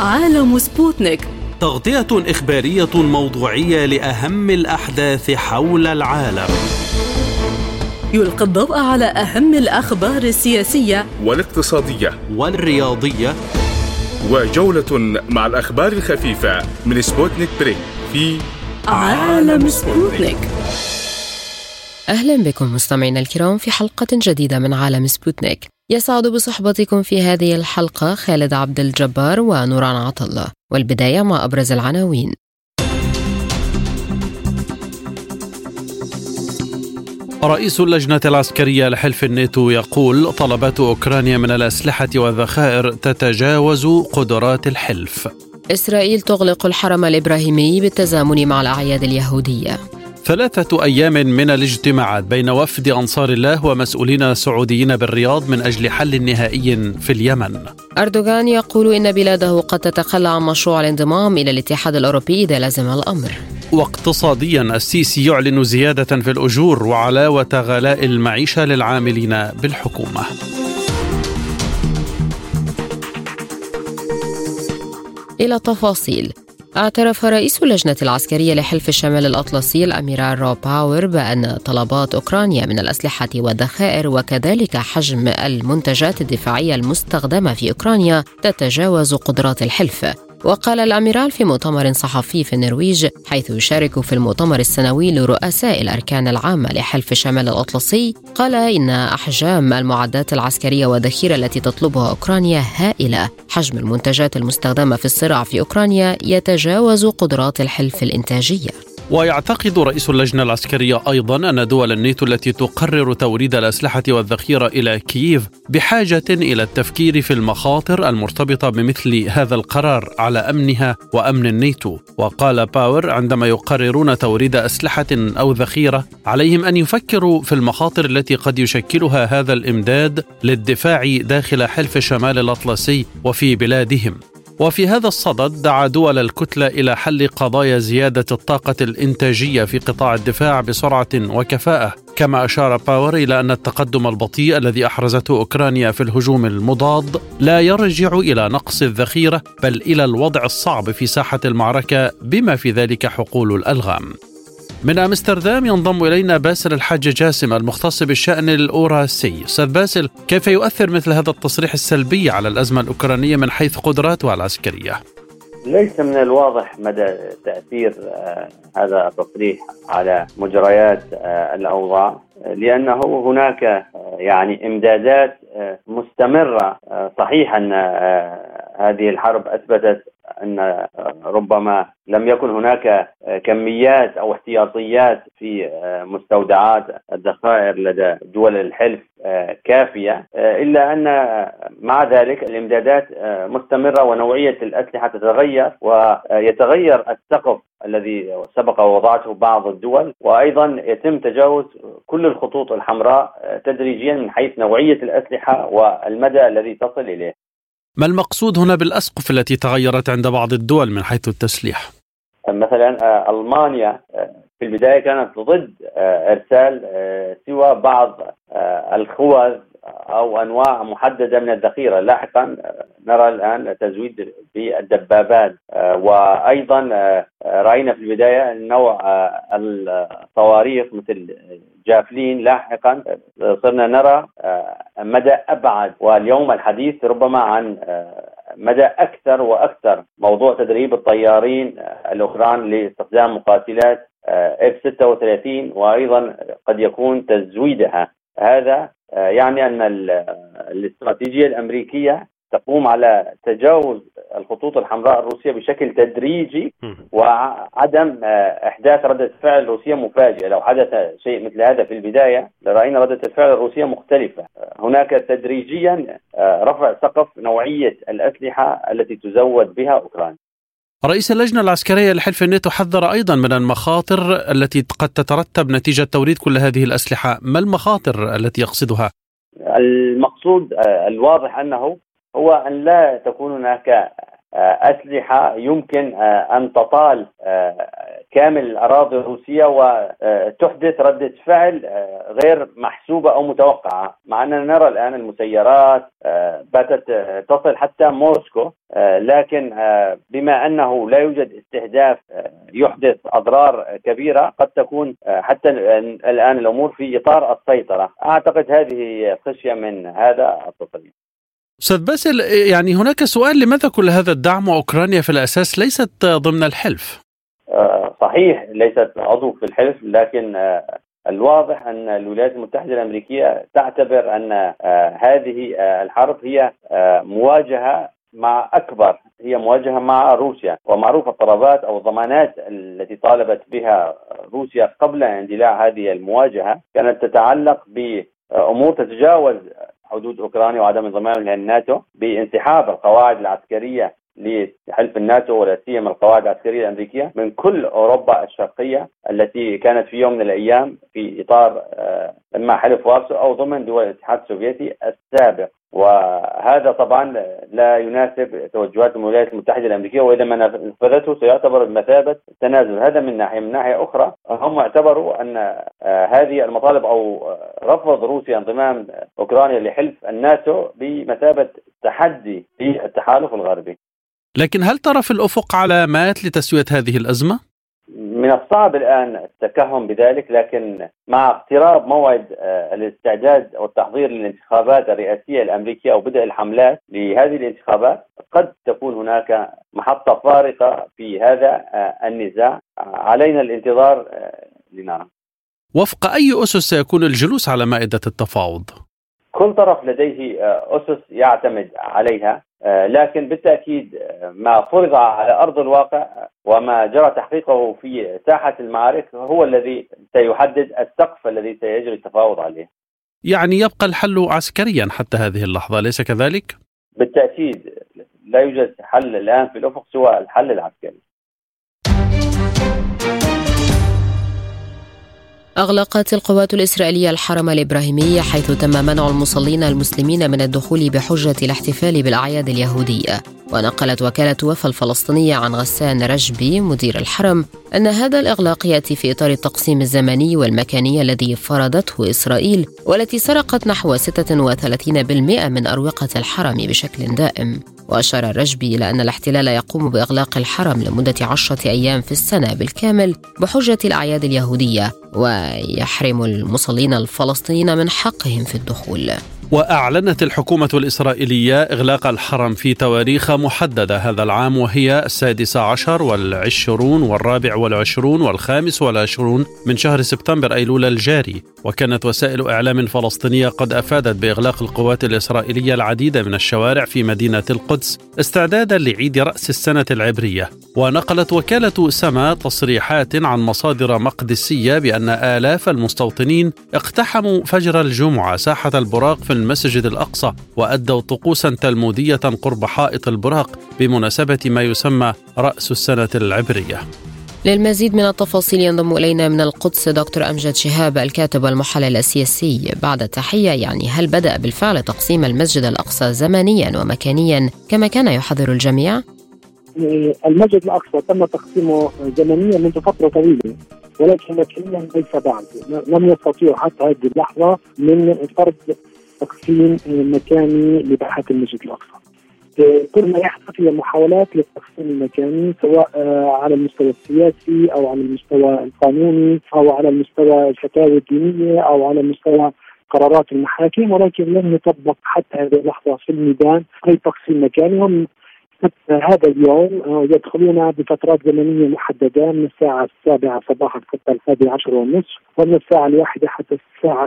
عالم سبوتنيك، تغطية إخبارية موضوعية لأهم الأحداث حول العالم. يلقي الضوء على أهم الأخبار السياسية والاقتصادية والرياضية، وجولة مع الأخبار الخفيفة من سبوتنيك بريك في عالم سبوتنيك. أهلا بكم مستمعينا الكرام في حلقة جديدة من عالم سبوتنيك. يسعد بصحبتكم في هذه الحلقة خالد عبد الجبار ونوران عطلة، والبداية مع أبرز العناوين. رئيس اللجنة العسكرية لحلف الناتو يقول طلبات أوكرانيا من الأسلحة والذخائر تتجاوز قدرات الحلف. إسرائيل تغلق الحرم الإبراهيمي بالتزامن مع الأعياد اليهودية. 3 أيام من الاجتماعات بين وفد أنصار الله ومسؤولين سعوديين بالرياض من أجل حل نهائي في اليمن. أردوغان يقول إن بلاده قد تتخلى عن مشروع الانضمام إلى الاتحاد الأوروبي إذا لزم الأمر. واقتصاديا، السيسي يعلن زيادة في الأجور وعلاوة غلاء المعيشة للعاملين بالحكومة. إلى التفاصيل. اعترف رئيس اللجنة العسكرية لحلف الشمال الأطلسي الأميرال روب باور بأن طلبات أوكرانيا من الأسلحة والذخائر وكذلك حجم المنتجات الدفاعية المستخدمة في أوكرانيا تتجاوز قدرات الحلف. وقال الأميرال في مؤتمر صحفي في النرويج حيث يشارك في المؤتمر السنوي لرؤساء الأركان العامة لحلف الشمال الأطلسي، قال إن أحجام المعدات العسكرية والذخيرة التي تطلبها أوكرانيا هائلة. حجم المنتجات المستخدمة في الصراع في أوكرانيا يتجاوز قدرات الحلف الإنتاجية. ويعتقد رئيس اللجنة العسكرية أيضا أن دول الناتو التي تقرر توريد الأسلحة والذخيرة إلى كييف بحاجة إلى التفكير في المخاطر المرتبطة بمثل هذا القرار على أمنها وأمن الناتو. وقال باور عندما يقررون توريد أسلحة أو ذخيرة عليهم أن يفكروا في المخاطر التي قد يشكلها هذا الإمداد للدفاع داخل حلف الشمال الأطلسي وفي بلادهم. وفي هذا الصدد دعا دول الكتلة إلى حل قضايا زيادة الطاقة الإنتاجية في قطاع الدفاع بسرعة وكفاءة. كما أشار باور إلى أن التقدم البطيء الذي أحرزته أوكرانيا في الهجوم المضاد لا يرجع إلى نقص الذخيرة بل إلى الوضع الصعب في ساحة المعركة بما في ذلك حقول الألغام. من أمستردام ينضم إلينا باسل الحاج جاسم المختص بالشأن الأوراسي. أستاذ باسل، كيف يؤثر مثل هذا التصريح السلبي على الأزمة الأوكرانية من حيث قدراتها العسكرية؟ ليس من الواضح مدى تأثير هذا التصريح على مجريات الأوضاع، لأنه هناك إمدادات مستمرة. صحيح أن هذه الحرب أثبتت أن ربما لم يكن هناك كميات أو احتياطيات في مستودعات الذخائر لدى دول الحلف كافية، إلا أن مع ذلك الإمدادات مستمرة ونوعية الأسلحة تتغير، ويتغير السقف الذي سبق ووضعته بعض الدول، وأيضا يتم تجاوز كل الخطوط الحمراء تدريجيا من حيث نوعية الأسلحة والمدى الذي تصل إليه. ما المقصود هنا بالأسقف التي تغيرت عند بعض الدول من حيث التسليح؟ مثلا ألمانيا في البداية كانت ضد إرسال سوى بعض الخوذ أو أنواع محددة من الذخيرة. لاحقا نرى الآن تزويد بالدبابات، وأيضا رأينا في البداية نوع الصواريخ مثل جافلين. لاحقا صرنا نرى مدى أبعد، واليوم الحديث ربما عن مدى أكثر وأكثر موضوع تدريب الطيارين الأوكران لاستخدام مقاتلات F-36، وأيضا قد يكون تزويدها. هذا يعني أن الاستراتيجية الأمريكية تقوم على تجاوز الخطوط الحمراء الروسية بشكل تدريجي، وعدم إحداث ردة فعل روسية مفاجئة. لو حدث شيء مثل هذا في البداية لرأينا ردة الفعل الروسية مختلفة. هناك تدريجيا رفع سقف نوعية الأسلحة التي تزود بها أوكرانيا. رئيس اللجنة العسكرية لحلف الناتو حذر أيضا من المخاطر التي قد تترتب نتيجة توريد كل هذه الأسلحة. ما المخاطر التي يقصدها؟ المقصود الواضح أنه هو أن لا تكون هناك أسلحة يمكن أن تطال كامل الأراضي الروسية وتحدث ردة فعل غير محسوبة أو متوقعة، مع أننا نرى الآن المسيرات باتت تصل حتى موسكو، لكن بما أنه لا يوجد استهداف يحدث أضرار كبيرة قد تكون حتى الآن الأمور في إطار السيطرة. أعتقد هذه خشية من هذا التصريح. أستاذ باسل، يعني هناك سؤال: لماذا كل هذا الدعم وأوكرانيا في الأساس ليست ضمن الحلف؟ صحيح ليست عضو في الحلف، لكن الواضح أن الولايات المتحدة الأمريكية تعتبر أن هذه الحرب هي مواجهة مع أكبر، هي مواجهة مع روسيا، ومعروف الطلبات أو الضمانات التي طالبت بها روسيا قبل اندلاع هذه المواجهة كانت تتعلق بأمور تتجاوز حدود أوكرانيا وعدم انضمام للناتو، بانسحاب القواعد العسكرية لحلف الناتو ولا سيما القواعد العسكرية الأمريكية من كل أوروبا الشرقية التي كانت في يوم من الأيام في إطار إما حلف وارسو أو ضمن دول الاتحاد السوفيتي السابق. وهذا طبعا لا يناسب توجهات الولايات المتحدة الأمريكية، وإذا ما نفذته سيعتبر بمثابة تنازل. هذا من ناحية. من ناحية أخرى هم اعتبروا أن هذه المطالب أو رفض روسيا انضمام أوكرانيا لحلف الناتو بمثابة تحدي في التحالف الغربي. لكن هل ترى في الأفق علامات لتسوية هذه الأزمة؟ من الصعب الآن التكهن بذلك، لكن مع اقتراب موعد الاستعداد والتحضير للانتخابات الرئاسية الأمريكية أو بدء الحملات لهذه الانتخابات قد تكون هناك محطة فارقة في هذا النزاع. علينا الانتظار لنرى. وفق أي أسس سيكون الجلوس على مائدة التفاوض؟ كل طرف لديه أسس يعتمد عليها، لكن بالتأكيد ما فرض على أرض الواقع وما جرى تحقيقه في ساحة المعارك هو الذي سيحدد السقف الذي سيجري التفاوض عليه. يعني يبقى الحل عسكريا حتى هذه اللحظة، أليس كذلك؟ بالتأكيد لا يوجد حل الآن في الأفق سوى الحل العسكري. أغلقت القوات الإسرائيلية الحرم الإبراهيمي، حيث تم منع المصلين المسلمين من الدخول بحجة الاحتفال بالأعياد اليهودية. ونقلت وكالة وفا الفلسطينية عن غسان رجبي مدير الحرم أن هذا الإغلاق يأتي في إطار التقسيم الزمني والمكاني الذي فرضته إسرائيل، والتي سرقت نحو 36% من أروقة الحرم بشكل دائم. وأشار الرجبي إلى أن الاحتلال يقوم بإغلاق الحرم لمدة 10 أيام في السنة بالكامل بحجة الأعياد اليهودية، ويحرم المصلين الفلسطينيين من حقهم في الدخول. وأعلنت الحكومة الإسرائيلية إغلاق الحرم في تواريخ محددة هذا العام، وهي 16 والعشرون والرابع والعشرون والخامس والعشرون من شهر سبتمبر أيلول الجاري. وكانت وسائل إعلام فلسطينية قد أفادت بإغلاق القوات الإسرائيلية العديد من الشوارع في مدينة القدس استعدادا لعيد رأس السنة العبرية. ونقلت وكالة سما تصريحات عن مصادر مقدسية بأن آلاف المستوطنين اقتحموا فجر الجمعة ساحة البراق في المسجد الأقصى، وأدوا طقوسا تلمودية قرب حائط البراق بمناسبة ما يسمى رأس السنة العبرية. للمزيد من التفاصيل ينضم إلينا من القدس دكتور أمجد شهاب، الكاتب والمحلل السياسي. بعد التحية، يعني هل بدأ بالفعل تقسيم المسجد الأقصى زمنيا ومكانيا كما كان يحذر الجميع؟ المسجد الأقصى تم تقسيمه زمنيا منذ فترة طويلة، ولكن مكانيا ليس بعد. لم يستطيعوا حتى هذه اللحظة من فرض تقسيم مكاني لباحة المسجد الأقصى. كل ما يحدث هي محاولات للتقسيم المكاني، سواء على المستوى السياسي أو على المستوى القانوني أو على المستوى الفتاوى الدينية أو على مستوى قرارات المحاكم، ولكن لم يطبق حتى هذه اللحظة في الميدان أي تقسيم مكاني. هم هذا اليوم يدخلون بفترات زمنية محددة من الساعة 7 صباحا حتى 11:30، ومن الساعة 1 حتى الساعة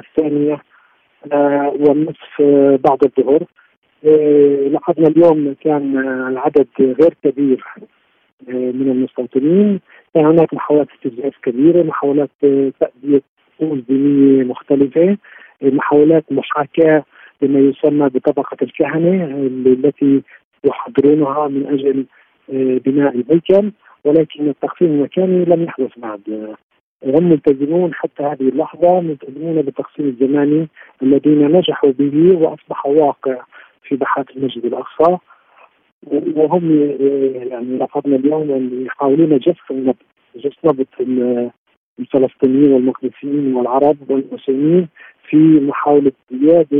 2:30 بعد الظهر. لاحظنا اليوم كان العدد غير كبير من المستوطنين، كان هناك محاولات استفزاز كبيرة، محاولات تأدية طقوس دينية مختلفة، محاولات محاكاة بما يسمى بطبقة الكهنة التي يحضرونها من أجل بناء الهيكل، ولكن التقسيم المكاني لم يحدث بعد. هم ملتزمون حتى هذه اللحظة، ملتزمون بالتقسيم الزماني الذين نجحوا به وأصبح واقع في باحات المسجد الأقصى. وهم يعني لاحظنا اليوم أن يحاولون جس نبض الفلسطينيين والمقدسيين والعرب والمسلمين في محاولة زيادة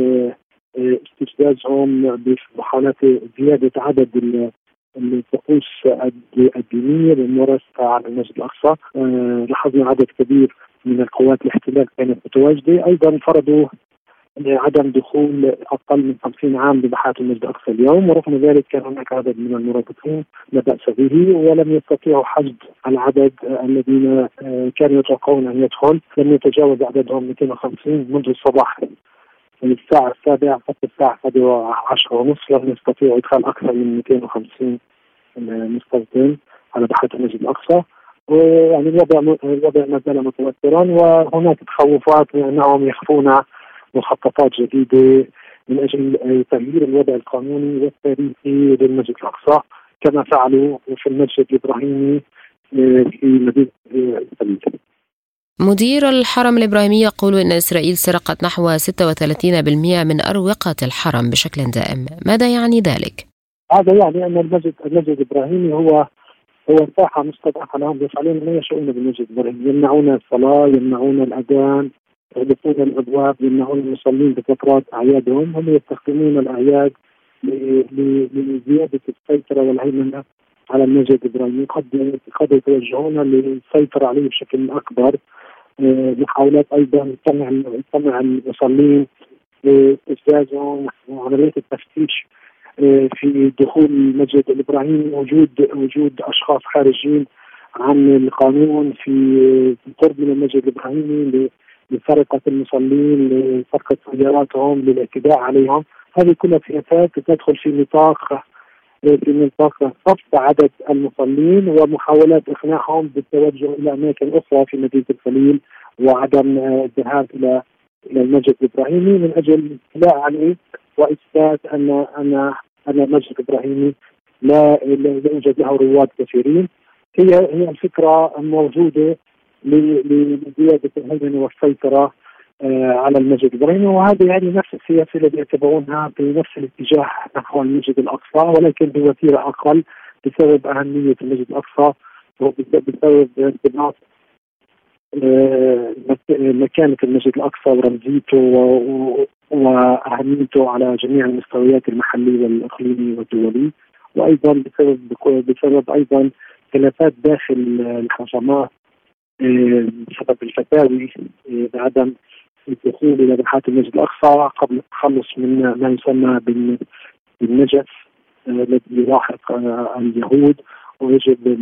استفزازهم بمحاولات زيادة عدد الطقوس الدينية للممارسة على المسجد الأقصى. لاحظنا عدد كبير من القوات الاحتلال كانت متواجدة. أيضا فرضوا عدم دخول أقل من 50 عام لضحايا المسجد الأقصى اليوم، ورغم ذلك كان هناك عدد من المرابطين لا بأس به، ولم يستطيعوا حشد العدد الذين كانوا يتوقعون أن يدخل. لم يتجاوز عددهم 250 منذ الصباح من الساعة 7 حتى الساعة 11:30 لم يستطيعوا إدخال أكثر من 250 مستوطن على ضحايا المسجد الأقصى. ويعني الوضع ما زال متوترا، وهناك تخوفات أنهم يخفون مخططات جديدة من أجل تغيير الوضع القانوني والتاريخي للمسجد الأقصى كما فعلوا في المسجد الإبراهيمي في مدينة الخليل. مدير الحرم الإبراهيمي يقول إن إسرائيل سرقت نحو 36% من أروقة الحرم بشكل دائم. ماذا يعني ذلك؟ هذا يعني أن المسجد الإبراهيمي هو مساحة مستضعفة لهم، يفعلون ما يشاءون بالمسجد الإبراهيمي، يمنعون الصلاة، يمنعون الأذان، يغلقون الأبواب، يمنعون المصلين بفترات أعيادهم. هم يستخدمون الأعياد لزيادة السيطرة والهيمنة على المسجد الإبراهيمي. قد يتوجهون للسيطرة عليه بشكل أكبر. محاولات أيضا تمنع المصلين استفزازهم وعملية التفتيش في دخول المسجد الإبراهيمي، وجود أشخاص خارجين عن القانون في قرب من المسجد الإبراهيمي لسرقة المصلين، لسرقة سياراتهم، للاعتداء عليهم. هذه كلها سياسات تدخل في نطاق رفض عدد المصلين ومحاولات إقناعهم بالتوجه إلى أماكن أخرى في مدينة الخليل وعدم الذهاب إلى المسجد الإبراهيمي من أجل الاطلاع عليه وإثبات أن المسجد الإبراهيمي لا يوجد له رواد كثيرين. هي الفكرة الموجودة لزيادة الهيمنة والسيطرة على المسجد الإبراهيمي، وهذا يعني نفس السياسة التي يتبعونها بنفس الاتجاه نحو المسجد الأقصى، ولكن بوتيرة أقل بسبب أهمية المسجد الأقصى وبسبب ارتباط مكانة المسجد الأقصى ورمزيته وأهميته على جميع المستويات المحلي والإقليمي والدولي، وأيضا بسبب أيضا خلافات داخل الحكومات بسبب الفتاوي بعدم الدخول إلى ضحايا المسجد الأقصى قبل التخلص من ما يسمى بالنجس الذي يلاحق اليهود، ويجب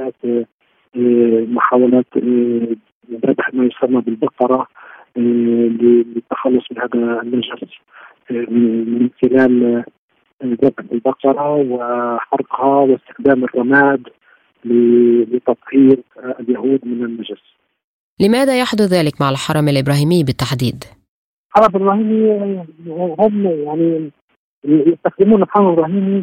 محاولات ذبح ما يسمى بالبقرة للتخلص من هذا النجس من خلال ذبح البقرة وحرقها واستخدام الرماد لتطهير اليهود من النجس. لماذا يحدث ذلك مع الحرم الإبراهيمي بالتحديد؟ الحرم الإبراهيمي هم يعني يستخدمون الحرم الإبراهيمي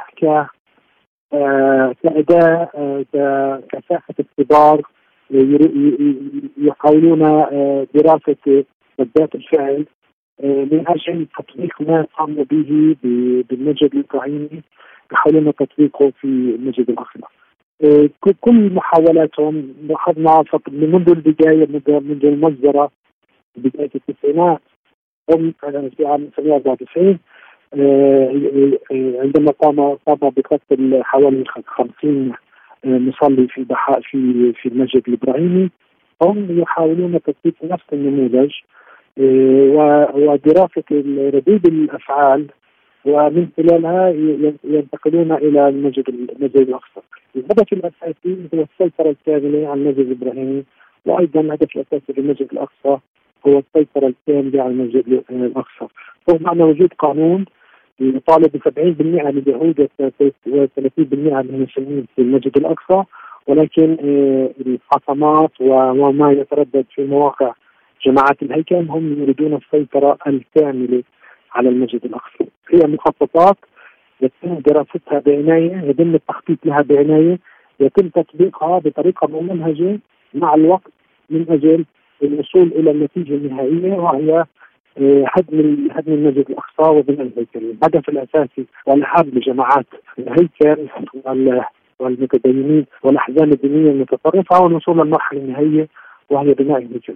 كأداة كساحة اختبار، يحاولون دراسة ردات الفعل من أجل تطبيق ما قاموا به بالمسجد الإبراهيمي، يحاولون تطبيقه في المسجد الأقصى. كل محاولاتهم لاحظنا منذ البداية، منذ المجزرة بداية التسعينات، هم في عام 1994 عندما قام بقتل حوالي 50 مصلي في المسجد الإبراهيمي، هم يحاولون تطبيق نفس النموذج ودراسة ردود الأفعال، ومن خلالها ينتقلون إلى المسجد الأقصى. الهدف الأساسي هو السيطرة الكاملة على المسجد الإبراهيمي، وأيضا الهدف الأساسي للمسجد الأقصى هو السيطرة الكاملة على المسجد الأقصى. رغم أن وجود قانون يطالب ب70% لليهود و30% للمسلمين في المسجد الأقصى، ولكن الحكامات وما يتردد في مواقع جماعات الهيكل هم يريدون السيطرة الكاملة على المسجد الأقصى. هي مخططات يتم دراستها بعناية، يتم التخطيط لها بعناية، يتم تطبيقها بطريقة ممنهجة مع الوقت من أجل الوصول إلى النتيجة النهائية، وهي هدم المسجد الأقصى وبناء الهيكل. الهدف الأساسي والأهم لجماعات الهيكل والمتدينين والأحزاب الدينية المتطرفة هو الوصول للمرحلة النهائية وهي بناء الهيكل.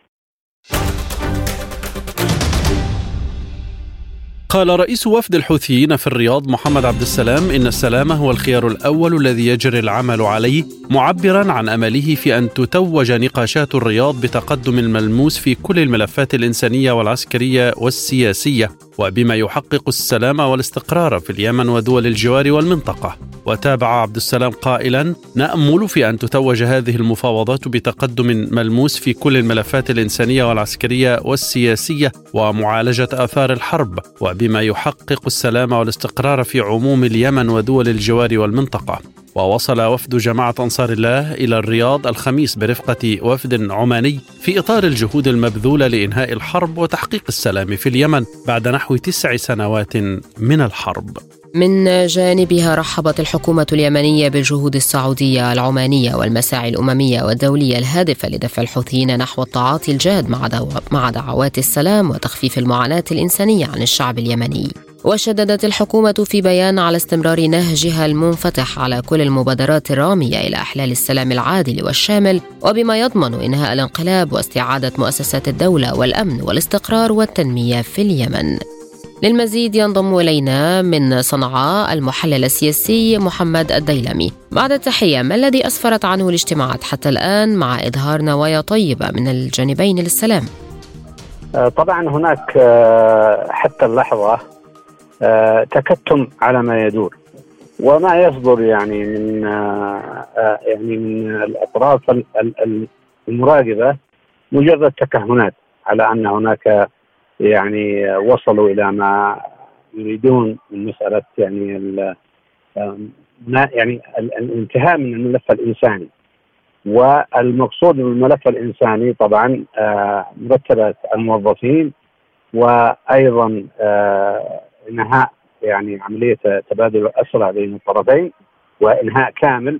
قال رئيس وفد الحوثيين في الرياض محمد عبد السلام إن السلام هو الخيار الأول الذي يجري العمل عليه، معبرا عن أمله في أن تتوج نقاشات الرياض بتقدم ملموس في كل الملفات الإنسانية والعسكرية والسياسية، وبما يحقق السلام والاستقرار في اليمن ودول الجوار والمنطقة. وتابع عبد السلام قائلا: نأمل في أن تتوج هذه المفاوضات بتقدم ملموس في كل الملفات الإنسانية والعسكرية والسياسية ومعالجة آثار الحرب، وبما يحقق السلام والاستقرار في عموم اليمن ودول الجوار والمنطقة. ووصل وفد جماعة أنصار الله إلى الرياض الخميس برفقة وفد عماني في إطار الجهود المبذولة لإنهاء الحرب وتحقيق السلام في اليمن بعد نحو 9 سنوات من الحرب. من جانبها رحبت الحكومة اليمنية بالجهود السعودية العمانية والمساعي الأممية والدولية الهادفة لدفع الحوثيين نحو التعاطي الجاد مع دعوات السلام وتخفيف المعاناة الإنسانية عن الشعب اليمني. وشددت الحكومة في بيان على استمرار نهجها المنفتح على كل المبادرات الرامية إلى إحلال السلام العادل والشامل، وبما يضمن إنهاء الانقلاب واستعادة مؤسسات الدولة والأمن والاستقرار والتنمية في اليمن. للمزيد ينضم إلينا من صنعاء المحلل السياسي محمد الديلمي. بعد التحية، ما الذي أسفرت عنه الاجتماعات حتى الآن مع إظهار نوايا طيبة من الجانبين للسلام؟ طبعا هناك حتى اللحظة تكتم على ما يدور، وما يصدر يعني من الأطراف المراقبة مجرد تكهنات على أن هناك يعني وصلوا إلى ما يريدون من مسألة الانتهاء من الملف الإنساني. والمقصود بالملف الإنساني طبعا مرتبة الموظفين، وأيضا إنهاء يعني عملية تبادل الأسرى بين الطرفين وإنهاء كامل.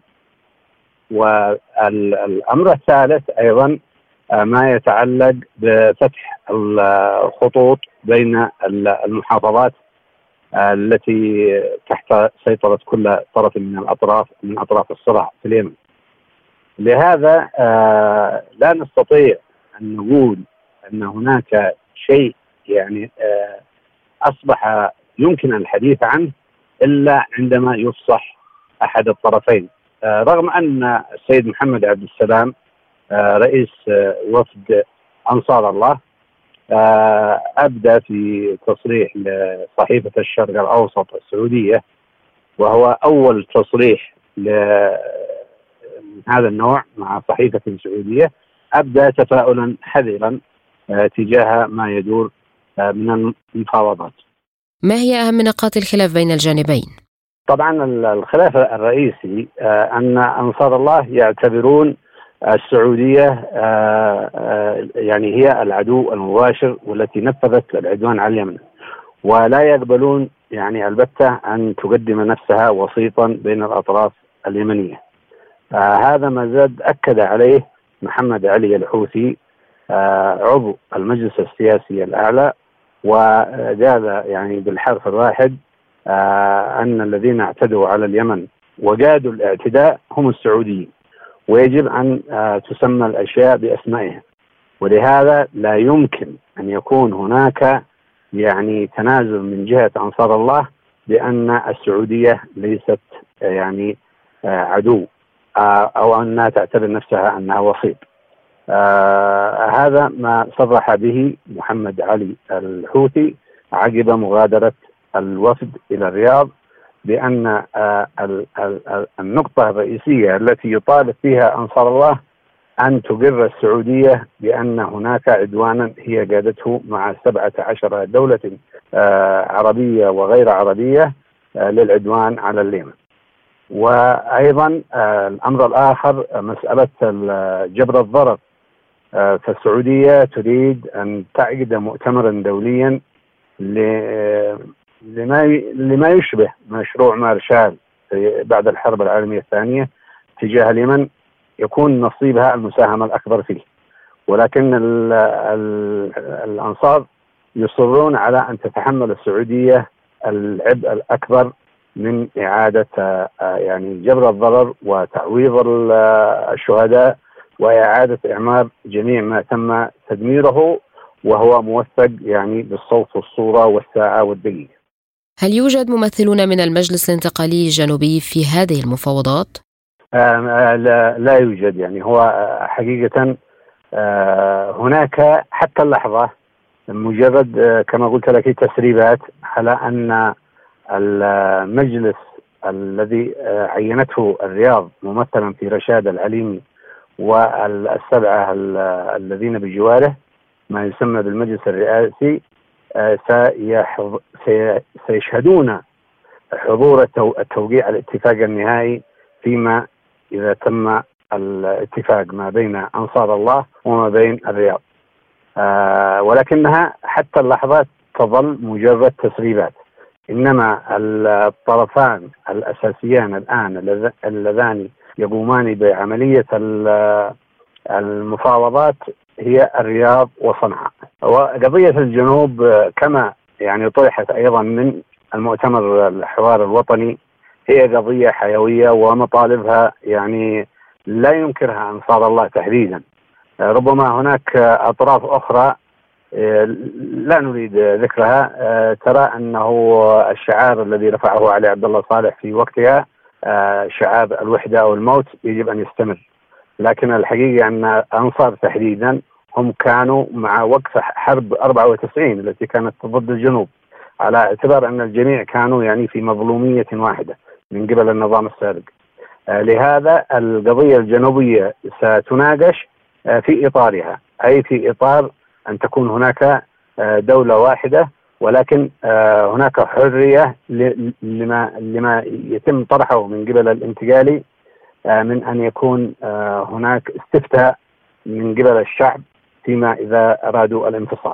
والأمر الثالث أيضا ما يتعلق بفتح الخطوط بين المحافظات التي تحت سيطرة كل طرف من أطراف الصراع في اليمن. لهذا لا نستطيع أن نقول أن هناك شيء يعني أصبح يمكن الحديث عنه إلا عندما يفصح أحد الطرفين، رغم أن السيد محمد عبد السلام رئيس وفد أنصار الله أبدى في تصريح لصحيفة الشرق الأوسط السعودية، وهو أول تصريح لهذا النوع مع صحيفة سعودية، أبدى تفاؤلا حذرا تجاه ما يدور من المفاوضات. ما هي أهم نقاط الخلاف بين الجانبين؟ طبعا الخلاف الرئيسي أن أنصار الله يعتبرون السعودية يعني هي العدو المباشر والتي نفذت العدوان على اليمن، ولا يقبلون يعني البتة أن تقدم نفسها وسيطا بين الأطراف اليمنية. هذا ما زاد أكد عليه محمد علي الحوثي عضو المجلس السياسي الأعلى، وقال يعني بالحرف الواحد أن الذين اعتدوا على اليمن وقادوا الاعتداء هم السعوديين، ويجب أن تسمى الأشياء بأسمائها. ولهذا لا يمكن أن يكون هناك يعني تنازل من جهة أنصار الله بأن السعودية ليست يعني عدو أو أنها تعتبر نفسها أنها وسيط. هذا ما صرح به محمد علي الحوثي عقب مغادرة الوفد إلى الرياض، بأن النقطة الرئيسية التي يطالب فيها أنصار الله أن تقر السعودية بأن هناك عدوانا هي قادته مع 17 دولة عربية وغير عربية للعدوان على اليمن. وأيضا الأمر الآخر مسألة جبر الضرر، فالسعودية تريد أن تعقد مؤتمرا دوليا لما يشبه مشروع مارشال بعد الحرب العالمية الثانية تجاه اليمن، يكون نصيبها المساهمة الأكبر فيه. ولكن الأنصار يصرون على أن تتحمل السعودية العبء الأكبر من إعادة يعني جبر الضرر وتعويض الشهداء وإعادة إعمار جميع ما تم تدميره، وهو موثق يعني بالصوت والصورة والساعة والدقيقة. هل يوجد ممثلون من المجلس الانتقالي الجنوبي في هذه المفاوضات؟ لا يوجد. يعني هو حقيقة هناك حتى اللحظة مجرد كما قلت لك تسريبات على أن المجلس الذي عينته الرياض ممثلا في رشاد العليمي والسبعة الذين بجواره ما يسمى بالمجلس الرئاسي سيشهدون حضور التوقيع الاتفاق النهائي فيما إذا تم الاتفاق ما بين أنصار الله وما بين الرياض، ولكنها حتى اللحظة تظل مجرد تسريبات. إنما الطرفان الأساسيان الآن اللذان يقومان بعملية المفاوضات هي الرياض وصنعاء. وقضية الجنوب كما يعني طرحت أيضا من المؤتمر الحوار الوطني هي قضية حيوية، ومطالبها يعني لا ينكرها أنصار الله تحديدا. ربما هناك أطراف أخرى لا نريد ذكرها ترى أنه الشعار الذي رفعه علي عبد الله صالح في وقتها شعار الوحدة أو الموت يجب أن يستمر، لكن الحقيقة أن أنصار تحديدا هم كانوا مع وقف حرب 94 التي كانت ضد الجنوب، على اعتبار أن الجميع كانوا يعني في مظلومية واحدة من قبل النظام السابق. لهذا القضية الجنوبية ستناقش في إطارها، أي في إطار أن تكون هناك دولة واحدة، ولكن هناك حرية لما يتم طرحه من قبل الانتقالي من أن يكون هناك استفتاء من قبل الشعب فيما إذا أرادوا الانفصال.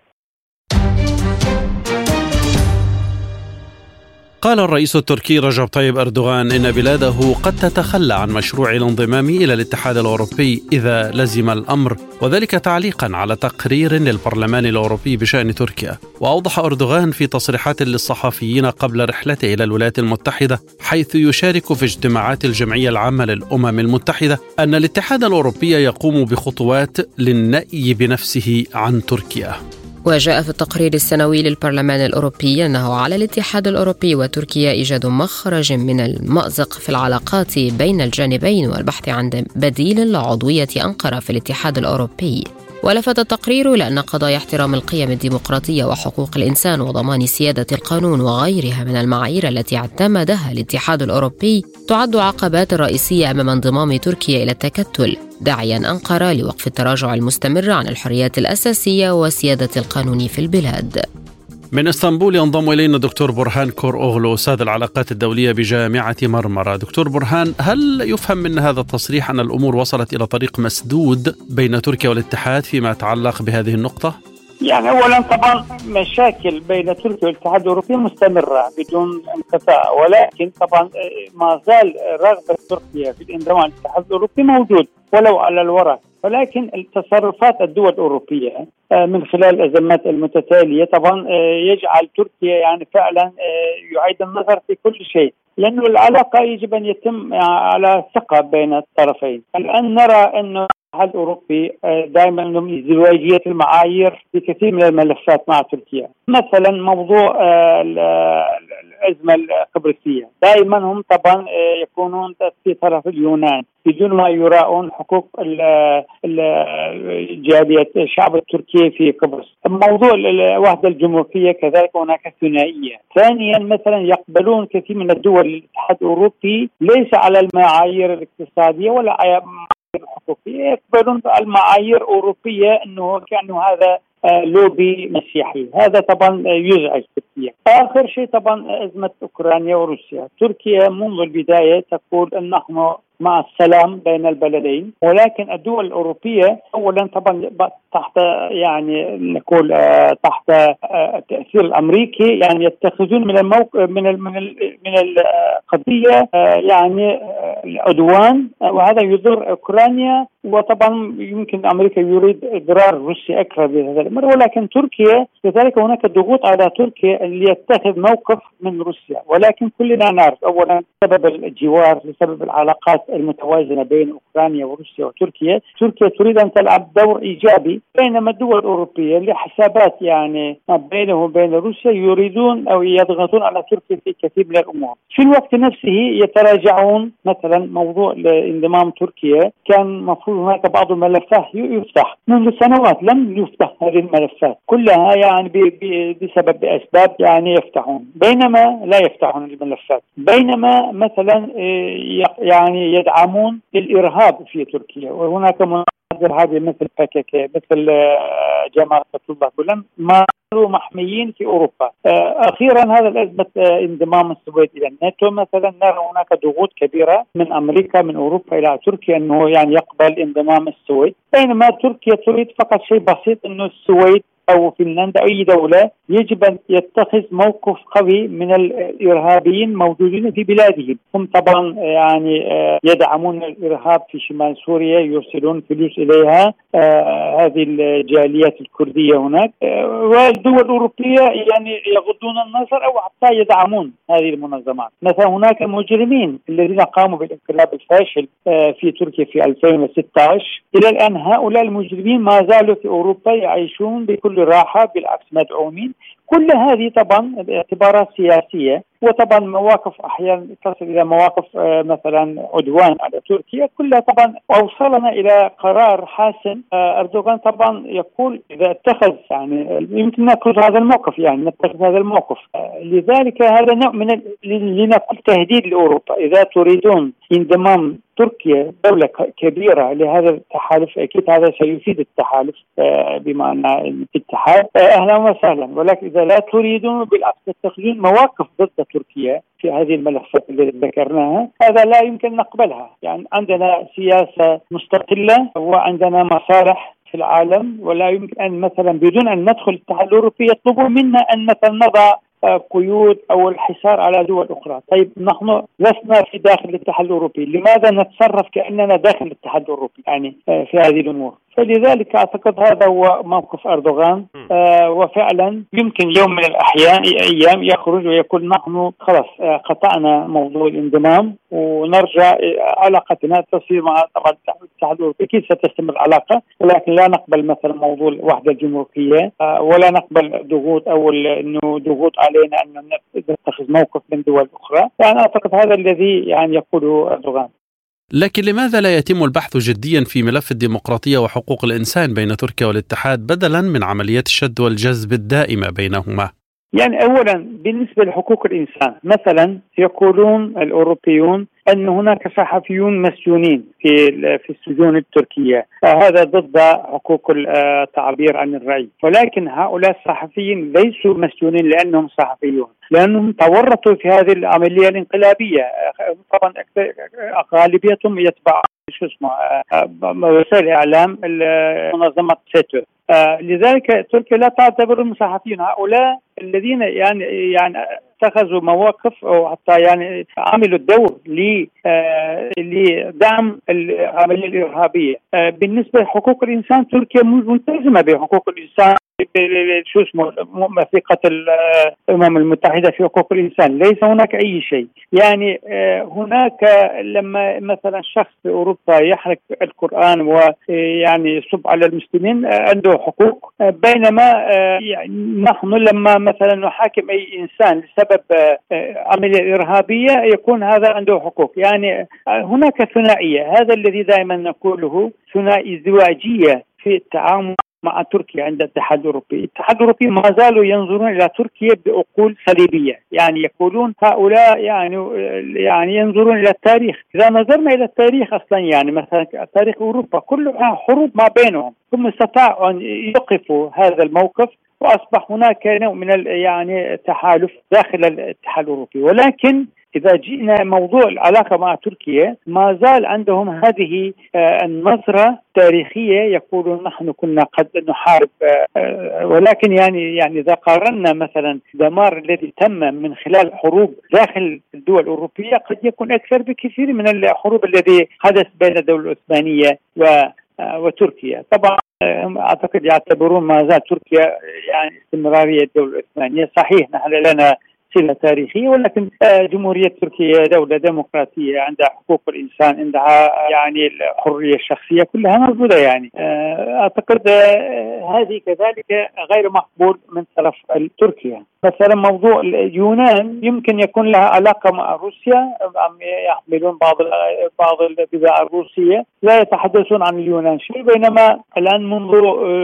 قال الرئيس التركي رجب طيب أردوغان إن بلاده قد تتخلى عن مشروع الانضمام إلى الاتحاد الأوروبي إذا لزم الأمر، وذلك تعليقا على تقرير للبرلمان الأوروبي بشأن تركيا. وأوضح أردوغان في تصريحات للصحفيين قبل رحلته إلى الولايات المتحدة حيث يشارك في اجتماعات الجمعية العامة للأمم المتحدة أن الاتحاد الأوروبي يقوم بخطوات للنأي بنفسه عن تركيا. وجاء في التقرير السنوي للبرلمان الأوروبي أنه على الاتحاد الأوروبي وتركيا إيجاد مخرج من المأزق في العلاقات بين الجانبين والبحث عن بديل لعضوية أنقرة في الاتحاد الأوروبي. ولفت التقرير لأن قضايا احترام القيم الديمقراطية وحقوق الإنسان وضمان سيادة القانون وغيرها من المعايير التي اعتمدها الاتحاد الأوروبي تعد عقبات رئيسية أمام انضمام تركيا إلى التكتل، داعيا أنقرة لوقف التراجع المستمر عن الحريات الأساسية وسيادة القانون في البلاد. من اسطنبول ينضم إلينا دكتور برهان كور-أوغلو أستاذ العلاقات الدولية بجامعة مرمرة. دكتور برهان، هل يفهم من هذا التصريح أن الأمور وصلت إلى طريق مسدود بين تركيا والاتحاد فيما يتعلق بهذه النقطة؟ يعني أولا طبعا مشاكل بين تركيا والاتحاد الأوروبي مستمرة بدون انقطاع، ولكن طبعا ما زال رغبة تركيا في الانضمام للاتحاد الأوروبي موجود ولو على الورق، ولكن التصرفات الدول الأوروبية من خلال الأزمات المتتالية طبعا يجعل تركيا يعني فعلا يعيد النظر في كل شيء، لأنه العلاقة يجب أن يتم على ثقة بين الطرفين. الآن نرى أنه الاتحاد الأوروبي دائما من ازدواجية المعايير في كثير من الملفات مع تركيا. مثلا موضوع الأزمة القبرصية، دائما هم طبعا يكونون في طرف اليونان بدون ما يراعون حقوق جالية الشعب التركي في قبرص. موضوع الوحدة الجمركية كذلك هناك ثنائية. ثانيا مثلا يقبلون كثير من الدول الاتحاد الأوروبي ليس على المعايير الاقتصادية ولا على الحقوقية، يقبلون المعايير أوروبية أنه كأنه هذا لوبي مسيحي. هذا طبعا يزعج تركيا. آخر شيء طبعا أزمة أوكرانيا وروسيا. تركيا منذ البداية تقول أن نحن مع السلام بين البلدين، ولكن الدول الأوروبية أولا طبعا تحت يعني نقول تحت التأثير الأمريكي يعني يتخذون من من القضية يعني العدوان، وهذا يضر أوكرانيا، وطبعا يمكن أمريكا يريد إضرار روسيا أكثر بهذا الأمر، ولكن تركيا لذلك هناك ضغوط على تركيا ليتخذ موقف من روسيا. ولكن كلنا نعرف أولا سبب الجوار، لسبب العلاقات المتوازنة بين أوكرانيا وروسيا وتركيا، تركيا تريد أن تلعب دور إيجابي، بينما الدول الأوروبية لحسابات يعني ما بينه وبين روسيا يريدون أو يضغطون على تركيا في كثير من الأمور. في الوقت نفسه يتراجعون، مثلا موضوع انضمام تركيا كان مفروض هناك بعض الملفات يفتح منذ سنوات، لم يفتح هذه الملفات كلها يعني بسبب أسباب يعني يفتحون، بينما لا يفتحون الملفات، بينما مثلا يعني يدعمون الإرهاب في تركيا، وهناك هذه مثل PKK مثل جماعة فتح الله جولان ما محميين في أوروبا. أخيرا هذا الأزمة انضمام السويد إلى الناتو مثلا، نرى هناك ضغوط كبيرة من أمريكا من أوروبا إلى تركيا أنه يعني يقبل انضمام السويد، بينما تركيا تريد فقط شيء بسيط، أنه السويد أو فنلندا أي دولة يجب أن يتخذ موقف قوي من الإرهابيين موجودين في بلادهم. هم طبعا يعني يدعمون الإرهاب في شمال سوريا، يرسلون فلوس إليها هذه الجاليات الكردية هناك، والدول الأوروبية يعني يغضون النظر أو حتى يدعمون هذه المنظمات. مثلا هناك مجرمين الذين قاموا بالانقلاب الفاشل في تركيا في 2016، إلى الآن هؤلاء المجرمين ما زالوا في أوروبا يعيشون بكل راحة، بالعكس مدعومين. كل هذه طبعا اعتبارات سياسية، وطبعا مواقف أحيانا تصل إلى مواقف مثلا عدوان على تركيا، كلها طبعا أوصلنا إلى قرار حاسم. أردوغان طبعا يقول إذا اتخذ يعني يمكن نأخذ هذا الموقف، يعني نتخذ هذا الموقف. لذلك هذا نوع من لنقول تهديد لأوروبا، إذا تريدون انضمام تركيا دولة كبيرة لهذا التحالف أكيد هذا سيفيد التحالف بمعنى الاتحاد، أهلا وسهلا، ولكن إذا لا تريدون بالعكس تتخذون مواقف ضد تركيا في هذه الملفات التي ذكرناها، هذا لا يمكن نقبلها. يعني عندنا سياسة مستقلة وعندنا مصالح في العالم، ولا يمكن أن مثلا بدون أن ندخل الاتحاد الأوروبي يطلبوا منا أن مثلا نضع قيود أو الحصار على دول أخرى. طيب نحن لسنا في داخل الاتحاد الأوروبي، لماذا نتصرف كأننا داخل الاتحاد الأوروبي يعني في هذه الأمور؟ فلذلك أعتقد هذا هو موقف أردوغان، وفعلا يمكن يوم من الأيام يخرج ويقول نحن خلاص قطعنا موضوع الانضمام ونرجع علاقتنا تصير مع طبعا الاتحاد الأوروبي. أكيد ستستمر العلاقة، ولكن لا نقبل مثلا موضوع الوحدة الجمركية، ولا نقبل ضغوط أو إنه ضغوط علينا أن نتخذ موقف من دول أخرى. يعني أعتقد هذا الذي يعني يقوله أردوغان. لكن لماذا لا يتم البحث جديا في ملف الديمقراطية وحقوق الإنسان بين تركيا والاتحاد بدلا من عمليات الشد والجذب الدائمة بينهما؟ يعني أولا بالنسبة لحقوق الإنسان مثلا يقولون الأوروبيون أن هناك صحفيون مسجونين في السجون التركية، هذا ضد حقوق التعبير عن الرأي، ولكن هؤلاء الصحفيين ليسوا مسجونين لأنهم صحفيون، لأنهم تورطوا في هذه العملية الانقلابية. طبعا غالبيتهم يتبع وسائل الإعلام منظمة سيتو، لذلك تركيا لا تعتبرهم صحفيين. هؤلاء الذين يعني اتخذوا مواقف او حتى يعني عملوا الدور لدعم العملية الإرهابية. بالنسبة لحقوق الإنسان تركيا ملتزمة بحقوق الإنسان، وثيقة الأمم المتحدة في حقوق الإنسان، ليس هناك أي شيء. يعني هناك لما مثلا شخص في أوروبا يحرق القرآن ويعني يصب على المسلمين عنده حقوق، بينما يعني نحن لما مثلا نحاكم أي إنسان لسبب عملية إرهابية يكون هذا عنده حقوق. يعني هناك ثنائية، هذا الذي دائما نقوله، ثنائي ازدواجية في التعامل مع تركيا عند الاتحاد الأوروبي. الاتحاد الأوروبي ما زالوا ينظرون إلى تركيا بعقول صليبية، يعني يقولون هؤلاء يعني ينظرون إلى التاريخ. إذا نظرنا إلى التاريخ أصلا يعني مثلا تاريخ أوروبا كلها حروب ما بينهم، ثم استطاعوا أن يوقفوا هذا الموقف وأصبح هناك نوع من يعني تحالف داخل الاتحاد الأوروبي. ولكن إذا جئنا موضوع العلاقة مع تركيا ما زال عندهم هذه النظرة تاريخية، يقولون نحن كنا قد نحارب، ولكن يعني إذا قارنا مثلا الدمار الذي تم من خلال حروب داخل الدول الأوروبية قد يكون أكثر بكثير من الحروب التي حدث بين الدولة العثمانية وتركيا. طبعا أعتقد يعتبرون ما زال تركيا يعني استمرارية الدولة العثمانية. صحيح نحن لنا صلة تاريخية، ولكن جمهورية تركيا دولة ديمقراطية عندها حقوق الإنسان، عندها يعني الحرية الشخصية كلها موجودة. يعني أعتقد هذه كذلك غير مقبول من طرف تركيا. مثلا موضوع اليونان يمكن يكون لها علاقة مع روسيا، يحملون بعض البضائع الروسية، لا يتحدثون عن اليونان شيء، بينما الآن منذ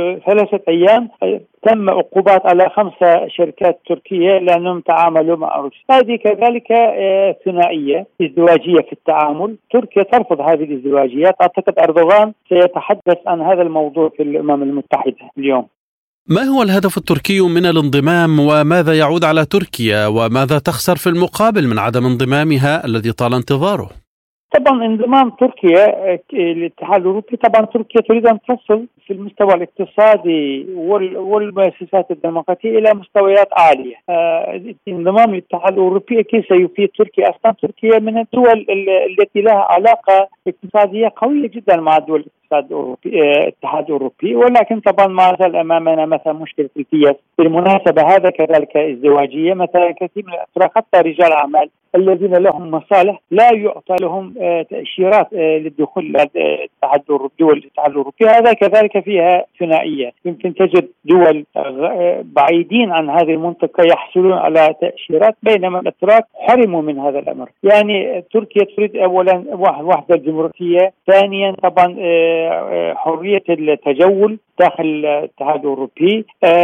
3 أيام تم عقوبات على 5 شركات تركية لأنهم تعاملوا مع روسيا. هذه كذلك ثنائية ازدواجية في التعامل. تركيا ترفض هذه الازدواجيات. أعتقد أردوغان سيتحدث عن هذا الموضوع في الأمم المتحدة اليوم. ما هو الهدف التركي من الانضمام، وماذا يعود على تركيا، وماذا تخسر في المقابل من عدم انضمامها الذي طال انتظاره؟ طبعا انضمام تركيا للاتحاد الأوروبي، طبعا تركيا تريد أن تصل في المستوى الاقتصادي والمؤسسات الديمقراطية إلى مستويات عالية. انضمام الاتحاد الأوروبي كيف سيفيد تركيا؟ أصلا تركيا من الدول التي لها علاقة اقتصادية قوية جدا مع دول الاتحاد الأوروبي، ولكن طبعا ما زال أمامنا مثلا مشكلة الفيز. بالمناسبة هذا كذلك ازدواجية. مثلا كثير من الأتراك حتى رجال أعمال الذين لهم مصالح لا يعطى لهم تأشيرات للدخول للاتحاد الأوروبي. دول الاتحاد الأوروبي هذا كذلك فيها ثنائية. يمكن تجد دول بعيدين عن هذه المنطقة يحصلون على تأشيرات، بينما الأتراك حرموا من هذا الأمر. يعني تركيا تريد أولا وحدة الجمهورية، ثانيا طبعا حرية التجول داخل الاتحاد الأوروبي،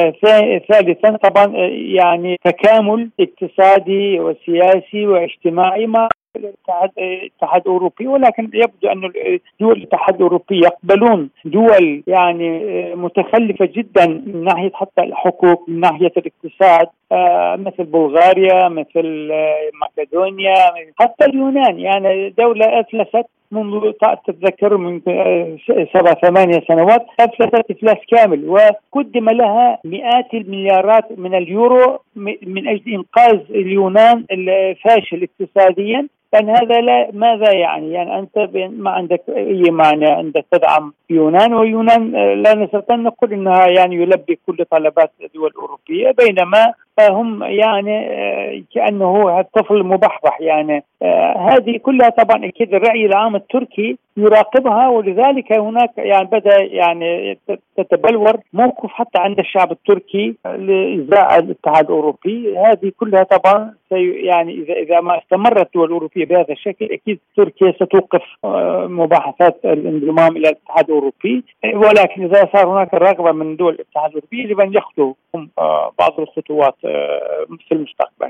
ثالثا طبعا يعني تكامل اقتصادي وسياسي واجتماعي مع الاتحاد الأوروبي. ولكن يبدو أن دول الاتحاد الأوروبي يقبلون دول يعني متخلفة جدا من ناحية حتى الحقوق، من ناحية الاقتصاد، مثل بلغاريا، مثل مقدونيا، حتى اليونان. يعني دولة أفلست منذ تتذكر من 7-8 سنوات، أفلست إفلاس كامل، وقدم لها مئات المليارات من اليورو من أجل إنقاذ اليونان الفاشل اقتصاديا. كان هذا لا ماذا يعني أنت ما عندك أي معنى عندك تدعم يونان، ويونان لا نستطيع أن نقول أنها يعني يلبي كل طلبات الدول الأوروبية، بينما هم يعني كأنه طفل مبحبح. يعني هذه كلها طبعا أكيد الرأي العام التركي يراقبها، ولذلك هناك يعني بدأ يعني تتبلور موقف حتى عند الشعب التركي لإزاء الاتحاد الأوروبي. هذه كلها طبعا يعني إذا ما استمرت الدول الأوروبية بهذا الشكل أكيد تركيا ستوقف مباحثات الانضمام إلى الاتحاد الأوروبي. ولكن إذا صار هناك رغبة من دول الاتحاد الأوروبي يجب أن يأخذوا بعض الخطوات في المستقبل.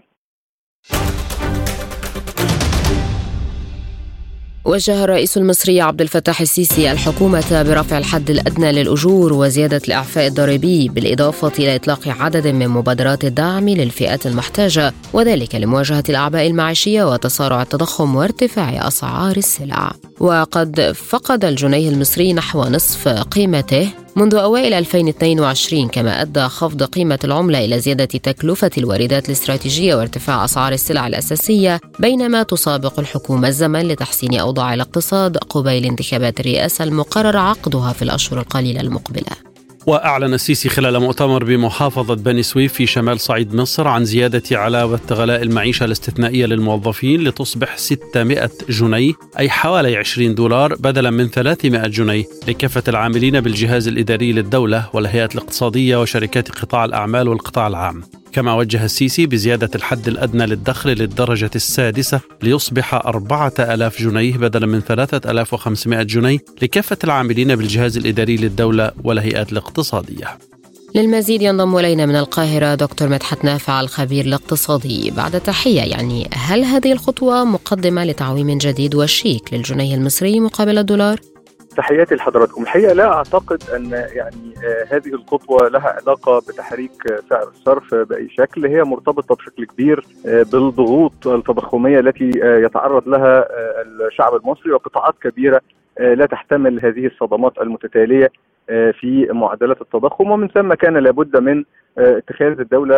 وجه الرئيس المصري عبد الفتاح السيسي الحكومة برفع الحد الأدنى للأجور وزيادة الإعفاء الضريبي، بالإضافة إلى إطلاق عدد من مبادرات الدعم للفئات المحتاجة، وذلك لمواجهة الأعباء المعيشية وتسارع التضخم وارتفاع أسعار السلع. وقد فقد الجنيه المصري نحو نصف قيمته منذ أوائل 2022، كما أدى خفض قيمة العملة إلى زيادة تكلفة الواردات الاستراتيجية وارتفاع أسعار السلع الأساسية، بينما تسابق الحكومة الزمن لتحسين أوضاع الاقتصاد قبيل انتخابات الرئاسة المقرر عقدها في الأشهر القليلة المقبلة. وأعلن السيسي خلال مؤتمر بمحافظة بني سويف في شمال صعيد مصر عن زيادة علاوة غلاء المعيشة الاستثنائية للموظفين لتصبح 600 جنيه، أي حوالي $20 بدلا من 300 جنيه لكافة العاملين بالجهاز الإداري للدولة والهيئات الاقتصادية وشركات قطاع الأعمال والقطاع العام. كما وجه السيسي بزيادة الحد الأدنى للدخل للدرجة السادسة ليصبح 4000 جنيه بدلا من 3500 جنيه لكافة العاملين بالجهاز الإداري للدولة والهيئات الاقتصادية. للمزيد ينضم إلينا من القاهرة دكتور مدحت نافع الخبير الاقتصادي. بعد تحية، يعني هل هذه الخطوة مقدمة لتعويم جديد وشيك للجنيه المصري مقابل الدولار؟ تحياتي لحضراتكم. الحقيقة لا أعتقد أن هذه الخطوة لها علاقة بتحريك سعر الصرف بأي شكل. هي مرتبطة بشكل كبير بالضغوط التضخمية التي يتعرض لها الشعب المصري وقطاعات كبيرة لا تحتمل هذه الصدمات المتتالية في معدلات التضخم، ومن ثم كان لابد من اتخاذ الدولة